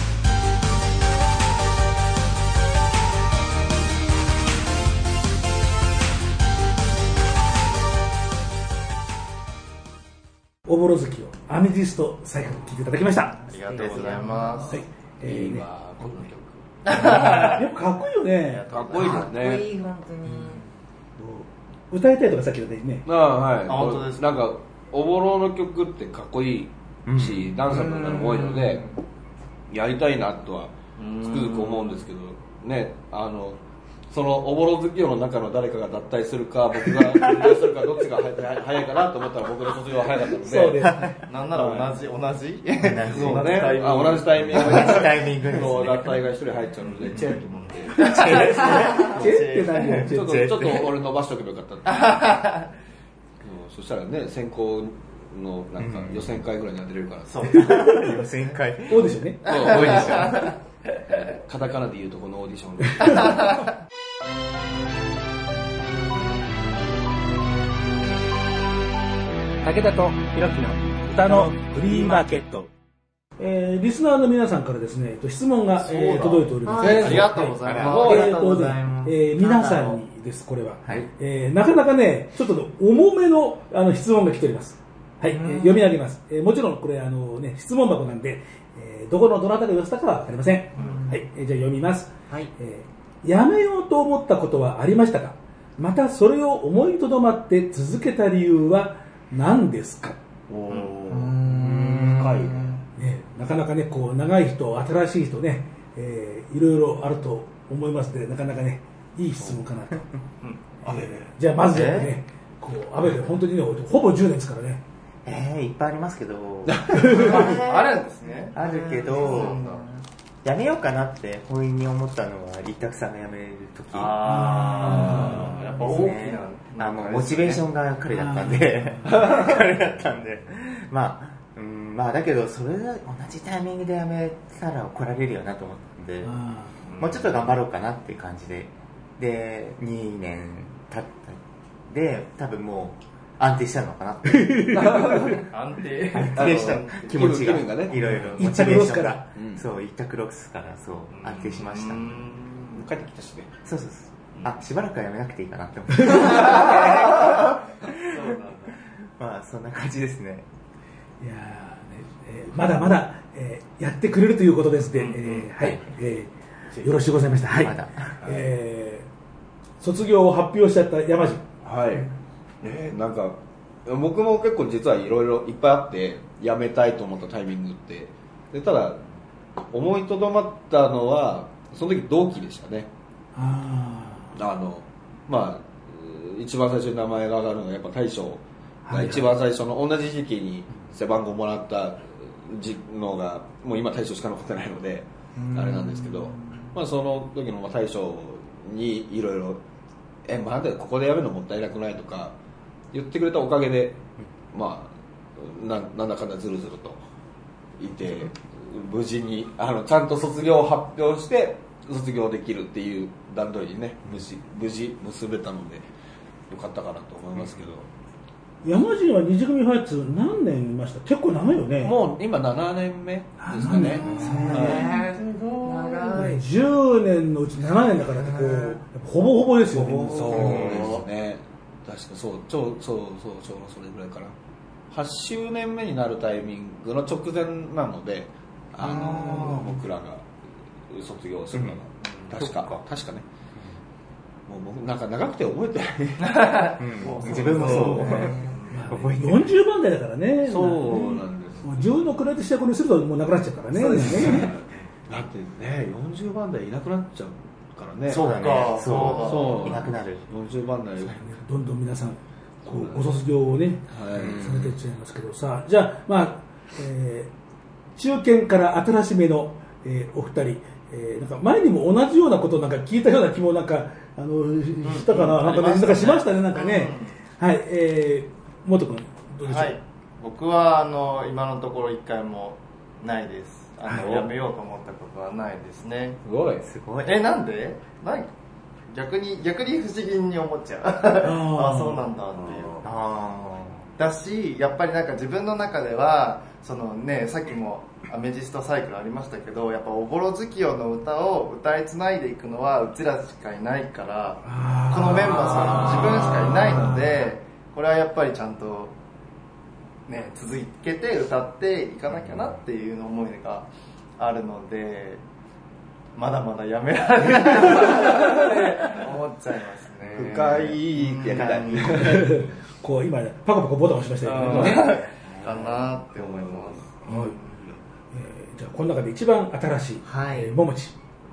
S1: おぼろ月をアメジスト最後聴いていただきました。
S5: ありがとうございます。
S4: いいわこの曲。
S1: やっぱかっこいいよね。
S4: かっこいいですね。
S6: かっこいい本当に。
S1: 歌いたいとかさっき言ったよね。
S4: はい。
S5: 本当です。
S4: なんかおぼろの曲ってかっこいいし、ダンサブルなのも多いのでやりたいなとはつくづく思うんですけどね。そのおぼろ月夜の中の誰かが脱退するか僕が脱退するかどっちが早いかなと思ったら僕の卒業は早かったので
S1: そうです。
S5: なんなら同じ
S4: そうね。同じタイミングで脱退が一人入っちゃうのでチェッと思って
S1: チェって何よ。
S4: ちょっと俺伸ばしとけばよかったそしたらね選考のなんか予選会ぐらいには出れるから
S5: そう予選会
S1: オーディションね。
S5: オーディション
S4: カタカナで言うとこのオーディション
S1: 武田とひろきの歌のフリーマーケット。リスナーの皆さんからですね、質問が、届いております。
S5: ありがとうございます。
S1: 皆さんにです、これは。なかなかね、ちょっと重めの質問が来ております。はい、読み上げます。もちろんこれ質問箱なんで、どこのどなたが寄せたかは分かりません。はい、じゃあ読みます。やめようと思ったことはありましたか？またそれを思いとどまって続けた理由は何ですか？深いね。なかなかね、こう長い人、新しい人ね、いろいろあると思いますので、なかなかね、いい質問かなと。じゃあまずね、こう安倍で本当にね、ほぼ10年ですからね。
S3: いっぱいありますけど
S5: あるんですね。
S3: あるけどやめようかなって本意に思ったのは一択さんが辞める時
S5: やっぱ大きな
S3: モチベーションが彼だったんでまあだけどそれが同じタイミングで辞めたら怒られるよなと思ったんでもうちょっと頑張ろうかなっていう感じで2年経ったで多分もう安定したのかなって
S5: 安定
S3: した気持ちがいろいろ
S1: 一択ロスから
S3: そう一択ロスからそう安定しました。
S4: 帰ってきたしね。
S3: そうしばらくはやめなくていいかなって思ってまあそんな感じですね。
S1: いやまだまだやってくれるということですで、はい、よろしゅうございました。はい、卒業を発表しちゃった山路。
S4: はい。なんか僕も結構実はいろいろいっぱいあって辞めたいと思ったタイミングってでただ思いとどまったのはその時同期でしたね。一番最初に名前が上がるのがやっぱ大将が一番最初の同じ時期に背番号もらったのがもう今大将しか残ってないのであれなんですけど、その時の大将にいろいろまだここで辞めるのもったいなくないとか言ってくれたおかげでなんだかんだずるずるといて無事にちゃんと卒業を発表して卒業できるっていう段取りにね無事結べたのでよかったかなと思いますけど。
S1: 山路は二次組ファイツ何年いました？結構長いよね。
S4: もう今7年目ですかね。
S1: 長い。10年のうち7年だからってほぼほぼですよね。
S4: そうですね。確かちょうどそれぐらいかな。8周年目になるタイミングの直前なので僕らが卒業するのが確かね。もう僕なんか長くて覚えてない
S3: 自分もそう
S1: 40番台だからね。
S4: そうなんです。
S1: 10の位としてこれするともうなくなっちゃうからね。
S4: だってね40番台いなくなっちゃうからね。
S5: そうだね。そう
S3: いなくなる。
S4: 40番台
S1: どんどん皆さんこうご卒業をね、されていっちゃいますけどさ、じゃあまあ、中堅から新しめの、お二人、なんか前にも同じようなことをなんか聞いたような気もなんかしたかな、なんかしましたね、なんかね。はい、元君どうでしょう。はい、
S5: 僕は今のところ一回もないです。やめようと思ったことはないですね。
S3: すごい。
S5: なんで？逆に不思議に思っちゃう。あ、そうなんだっていう。だし、やっぱりなんか自分の中ではそのね、さっきもアメジストサイクルありましたけど、やっぱおぼろ月夜の歌を歌いつないでいくのはうちらしかいないから、このメンバーさん自分しかいないので、これはやっぱりちゃんとね、続けて歌っていかなきゃなっていう思いがあるので、まだまだやめられないって思っちゃいますね。
S4: 深いってやりたい。
S1: こう今パコパコボタン押しましたよね。
S5: かなって思います。
S1: じゃあこの中で一番新しい、ももち。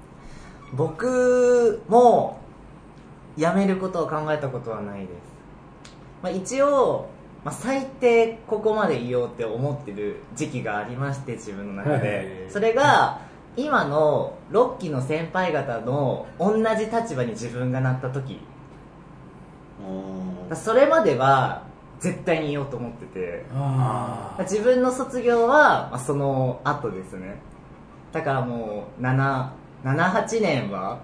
S6: 僕もやめることを考えたことはないです。まあ、一応、最低ここまでいようって思ってる時期がありまして、自分の中で、それが今の6期の先輩方の同じ立場に自分がなった時、それまでは絶対にいようと思ってて、自分の卒業はその後ですね。だからもう7、8年は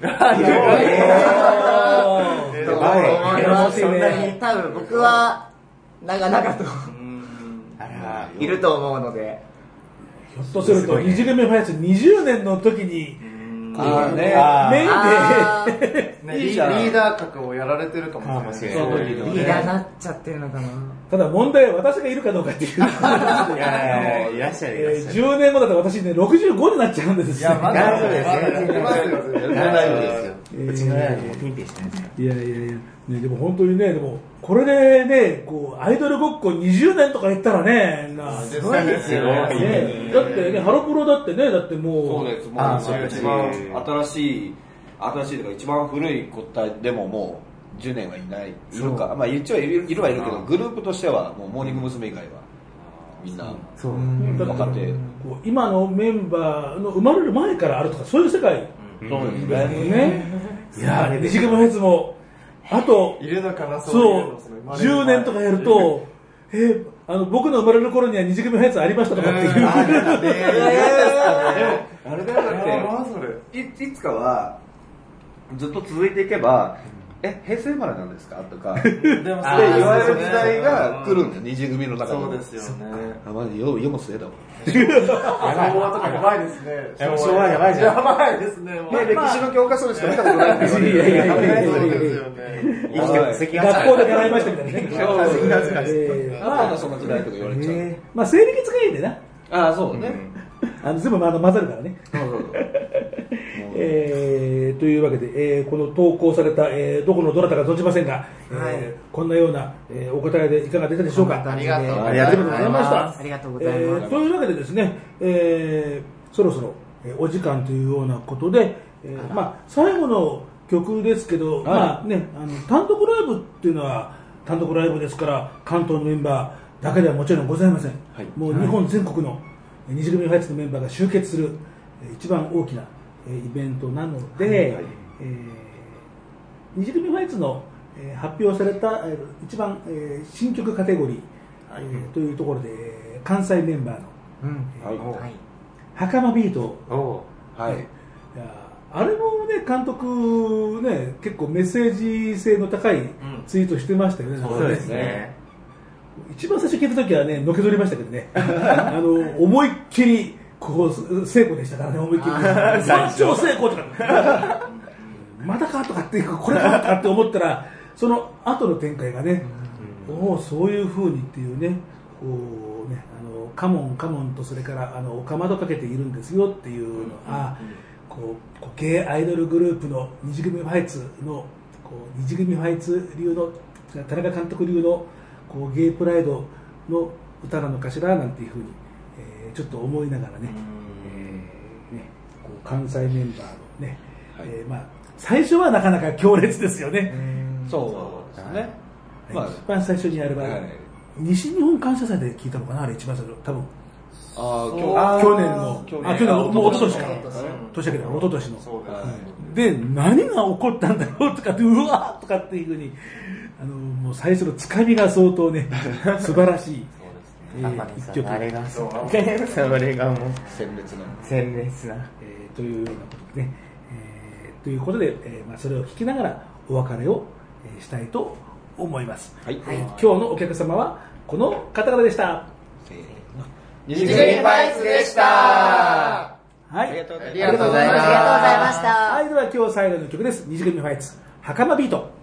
S6: そんなに多分僕は長々といると思うので、
S1: ひょっとすると二次組ファイアス20年の時にメインで
S5: リーダー格をやられてるかもしれない。
S6: リーダーになっちゃってるのかな。
S1: ただ問題は私がいるかどうかっていう。いら
S3: っしゃる。
S1: 10年後だと私ね65になっちゃうんですよ。
S3: いや、まだ大丈夫ですよ。うちの親もピンピンしてないですよ。
S1: いやね、でも本当にね、でもこれでね、こうアイドルごっこ20年とか言ったらね、
S3: すごいですよ。
S1: だってね、ハロプロだってね、だってもう
S4: そうです。もう一番新しいというか一番古い個体でももう10年はいない。いるか、まあ一応いるはいるけど、グループとしてはもうモーニング娘。以外はみんな分かって。
S1: 今のメンバーの生まれる前からあるとかそういう世界。
S4: そうですね。
S1: いやー、西組フェスもあと
S5: いるのかな、
S1: そう10年とかやると、僕の生まれる頃には西組フェスありましたとかっていう。
S4: あれだよ、だっていつかはずっと続いていけば、平成生まれなんですかとかで言われる時代が来るんだよ、二次組の中で。
S5: そうですよね。
S4: まじ読む末だもん。
S5: 昭和とかやばいですね。
S3: 昭和やばいじゃん。
S5: やばいですね。
S4: 歴史の教科書でしか見たことないんですよ。
S5: そうですよね。
S3: 生きても席
S1: 学校で習いましたみたいなね。
S4: まだその時代とか言われちゃう。
S1: まあ西暦使いんでな。
S4: ああ、そうね。
S1: 全部混ざるからね。というわけで、この投稿された、どこのどなたか存じませんが、こんなような、お答えでいかが出たでしょうか。
S5: ありがとうご
S1: ざいました。
S6: ありがとうございます。
S1: というわけでですね、そろそろ、お時間というようなことで、最後の曲ですけど、単独ライブっていうのは単独ライブですから、関東のメンバーだけではもちろんございません。もう日本全国の二次組ファイツのメンバーが集結する一番大きなイベントなので、二次組ファイツの発表された一番新曲カテゴリーというところで関西メンバーの袴ビート、あれもね、監督ね、結構メッセージ性の高いツイートしてましたよね。
S3: そうですね。
S1: 一番最初聞いた時はね、のけぞりましたけどね、思いっきりこう聖子でしたからね、思いっきり山頂聖子とかまたかとかってこれかとかって思ったら、その後の展開がね、そういう風にっていうね、こうね、カモンカモンと、それからおかまどかけているんですよっていうのは、こうゲイアイドルグループの二次組ファイツの二次組ファイツ流の田中監督流のゲイプライドの歌なのかしらなんていうふうに、ちょっと思いながらね、 関西メンバーのね、まあ、最初はなかなか強烈ですよね。
S4: そうですね。
S1: まあ、一番最初にやれば、西日本感謝祭で聞いたのかな、あれ一番最初、多分。去年の、もう一昨年か。年明けた、一昨年の。で、何が起こったんだろうとかって、うわーとかっていうふうに、もう最初のつかみが相当ね、素晴らしい。
S3: 一曲。あれが、それがもう、鮮烈な。
S1: というようなことでね。ということで、まあ、それを聞きながらお別れをしたいと思います。今日のお客様はこの方々でした。
S5: 西組ファイツでした。
S1: はい、
S6: ありがとうございました。
S1: はい、では今日最後の曲です。西組ファイツ、袴ビート。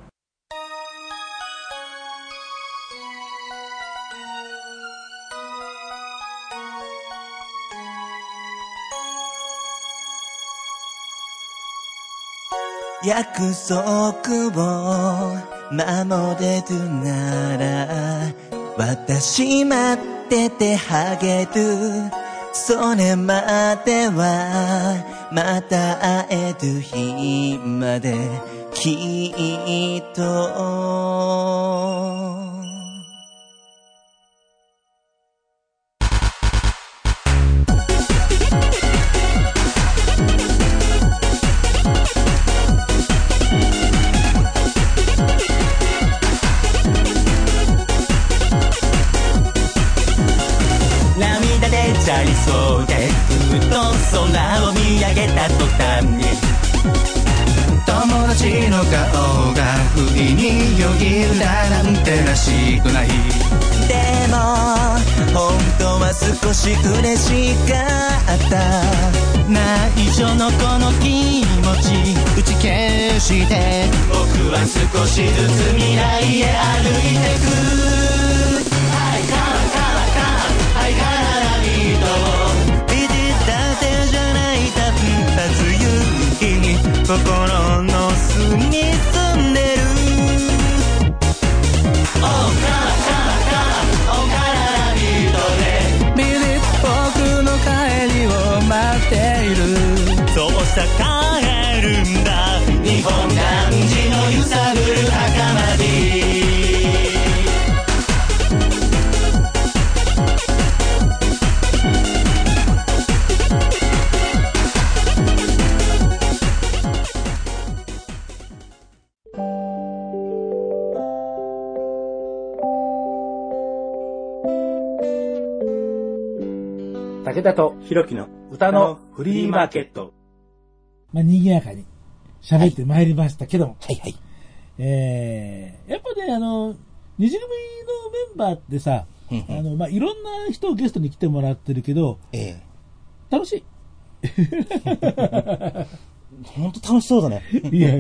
S10: 約束を守れるなら私待っててあげる。それまではまた会える日まできっと。
S11: ちゃいそうでふっと空を見上げた途端に
S10: 友達の顔が不意によぎるなんてらしくない。でも本当は少し嬉しかった。内緒のこの気持ち打ち消して僕は少しずつ未来へ歩いてく。はいカラカラカラはいカラ心の隅に住んでる。おからおからビートでビリッ僕の帰りを待っている。そうさ帰るんだ日本男児の揺さぶる袴地。
S1: 武田とひろきの歌のフリーマーケット。まあ、賑やかに喋ってまいりましたけども。
S8: はいはい。
S1: やっぱね、西組のメンバーってさ、まあ、いろんな人をゲストに来てもらってるけど、楽しい。
S8: 本当楽しそうだね。
S1: いや。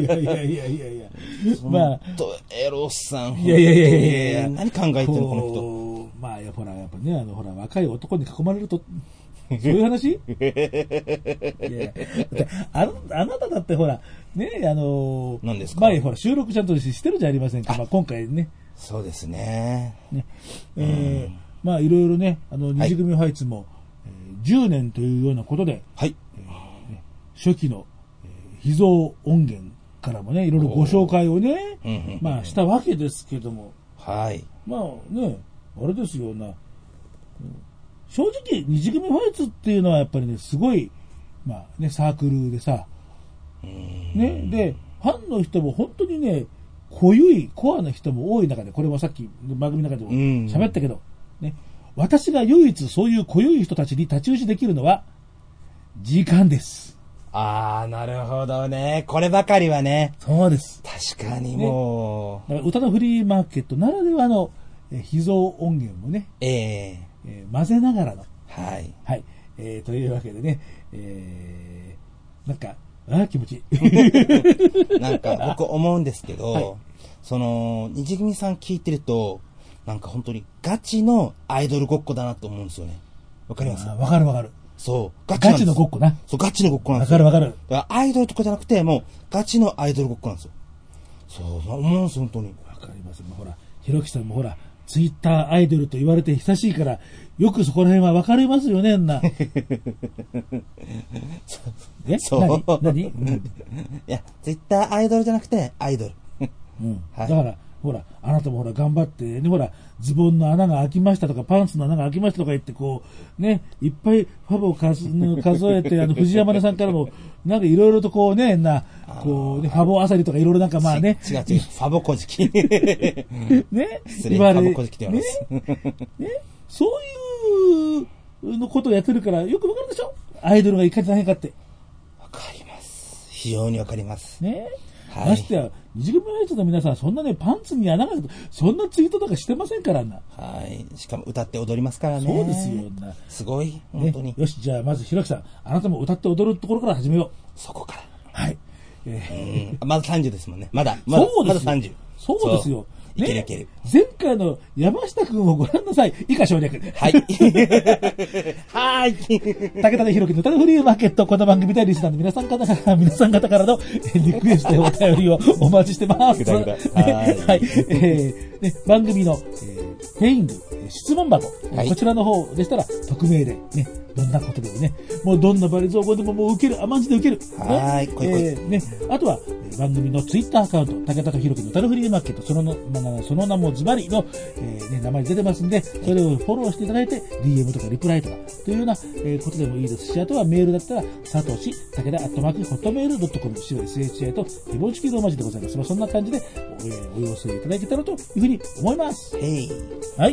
S1: まあ、
S8: エロさん。
S1: いや。
S8: 何考えてんのこの人。
S1: まあ、ほら、やっぱね、ほら、若い男に囲まれると、そういう話いやあなただってほら、ね、
S8: 何ですか
S1: 前、ほら、収録ちゃんとしてるじゃありませんか。まあ、今回ね。
S8: そうですね。
S1: まあ、いろいろね、西組ファイツも、10年というようなことで、初期の秘蔵音源からもね、いろいろご紹介をね、まあ、したわけですけども。
S8: はい。
S1: まあね、あれですよな。正直、西組ファイツっていうのはやっぱりね、すごい、まあね、サークルでさ、ね、で、ファンの人も本当にね、コアな人も多い中で、これもさっき番組の中でも喋ったけど、ね、私が唯一そういう濃い人たちに太刀打ちできるのは、時間です。
S8: ああ、なるほどね。こればかりはね。
S1: そうです。
S8: 確かにもう。
S1: だから歌のフリーマーケットならではの秘蔵音源もね、混ぜながらの。
S8: はい。
S1: はい。というわけでね、なんか、気持ちい
S8: い。なんか僕思うんですけど、その、西組さん聞いてると、なんか本当にガチのアイドルごっこだなと思うんですよね。わかります？
S1: わかるわかる。
S8: そう。
S1: ガチのごっこな。
S8: そう、ガチのごっこなんですよ。
S1: わかるわかる。
S8: だからアイドルとかじゃなくて、もうガチのアイドルごっこなんですよ。そう、思うんですよ、本当に。
S1: わかります。ほら、ひろきさんもほら、 ツイッターアイドルと言われて久しいから、よくそこら辺は分かりますよね、
S12: そう何いや、ツイッターアイドルじゃなくて、アイドル。
S1: だから、ほら、あなたもほら、頑張ってね、ほら、ズボンの穴が開きましたとか、パンツの穴が開きましたとか言って、こう、ね、いっぱいファブを数えて、藤山根さんからも、なんかいろいろとこうね、こうね、ファボあさりとかいろいろなんかまあね。
S12: 違う、ファボ小敷。
S1: ね、
S12: 言われファボ小敷って言われます。
S1: ね、そういうのことをやってるから、よくわかるでしょ、アイドルがいかに大変かって。
S12: わかります。非常にわかります。
S1: ね。ましてや、二次組のやつの皆さん、そんなね、パンツに穴が開く、そんなツイートとかしてませんからな。
S12: はい。しかも歌って踊りますからね。
S1: そうですよ。
S12: すごい、本当に。
S1: よし、じゃあまず、ひろきさん、あなたも歌って踊るところから始めよう。
S12: そこから。
S1: はい。
S12: まだ30ですもんね。まだ30。
S1: そうですよ。
S12: いけるいける。
S1: 前回の山下くんをご覧なさい。以下省略。
S12: はい。はい。
S1: 武田ひろきの歌のフリーマーケット。この番組でリスナーの皆さん方からのリクエストやお便りをお待ちしてます。はい。番組のペイング、質問箱。こちらの方でしたら、匿名でね、どんなことでもね、もうどんなバリ造語でももう受ける、マジで受ける。
S12: はい。
S1: ね、あとは、番組のツイッターアカウント、武田ひろきの歌のフリーマーケット、その名もズバリの、名前出てますんで、それをフォローしていただいて、DM とかリプライとか、というような、ことでもいいですし、あとはメールだったら、さとし、武田@hotmail.com、SHI と手持ち記号文字でございます。そんな感じで、お寄せいただけたらというふうに思います。はい。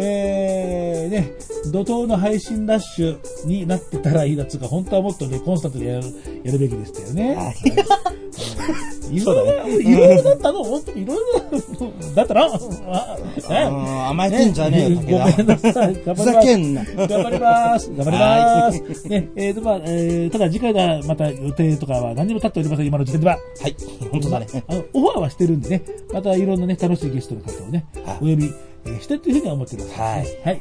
S1: 怒涛の配信ラッシュになってたらいいなつうか、本当はもっとね、コンスタントにやるべきでしたよね。いろいろだったの、本当にいろいろだったの。
S12: 甘えてんじゃねえよ、
S1: ごめんなさい。
S12: ふざけんな。
S1: 頑張ります。ね、ただ次回がまた予定とかは何も立っておりません、今の時点では。
S12: はい、本当だね。
S1: オファーはしてるんでね、またいろんなね、楽しいゲストの方をね、お呼びしてというふうには思ってます。はい。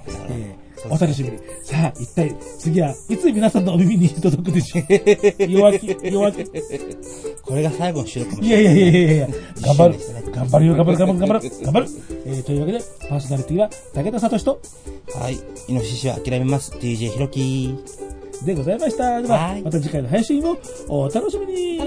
S1: お楽しみに。さあ、一体次はいつ皆さんのお耳に届くでしょう。弱気。
S12: これが最後の収録も。
S1: いや。頑張る。というわけで、パーソナリティは武田聡と、
S12: はい。イノシシは諦めます。DJ ひろき
S1: でございました。では、また次回の配信をお楽しみに。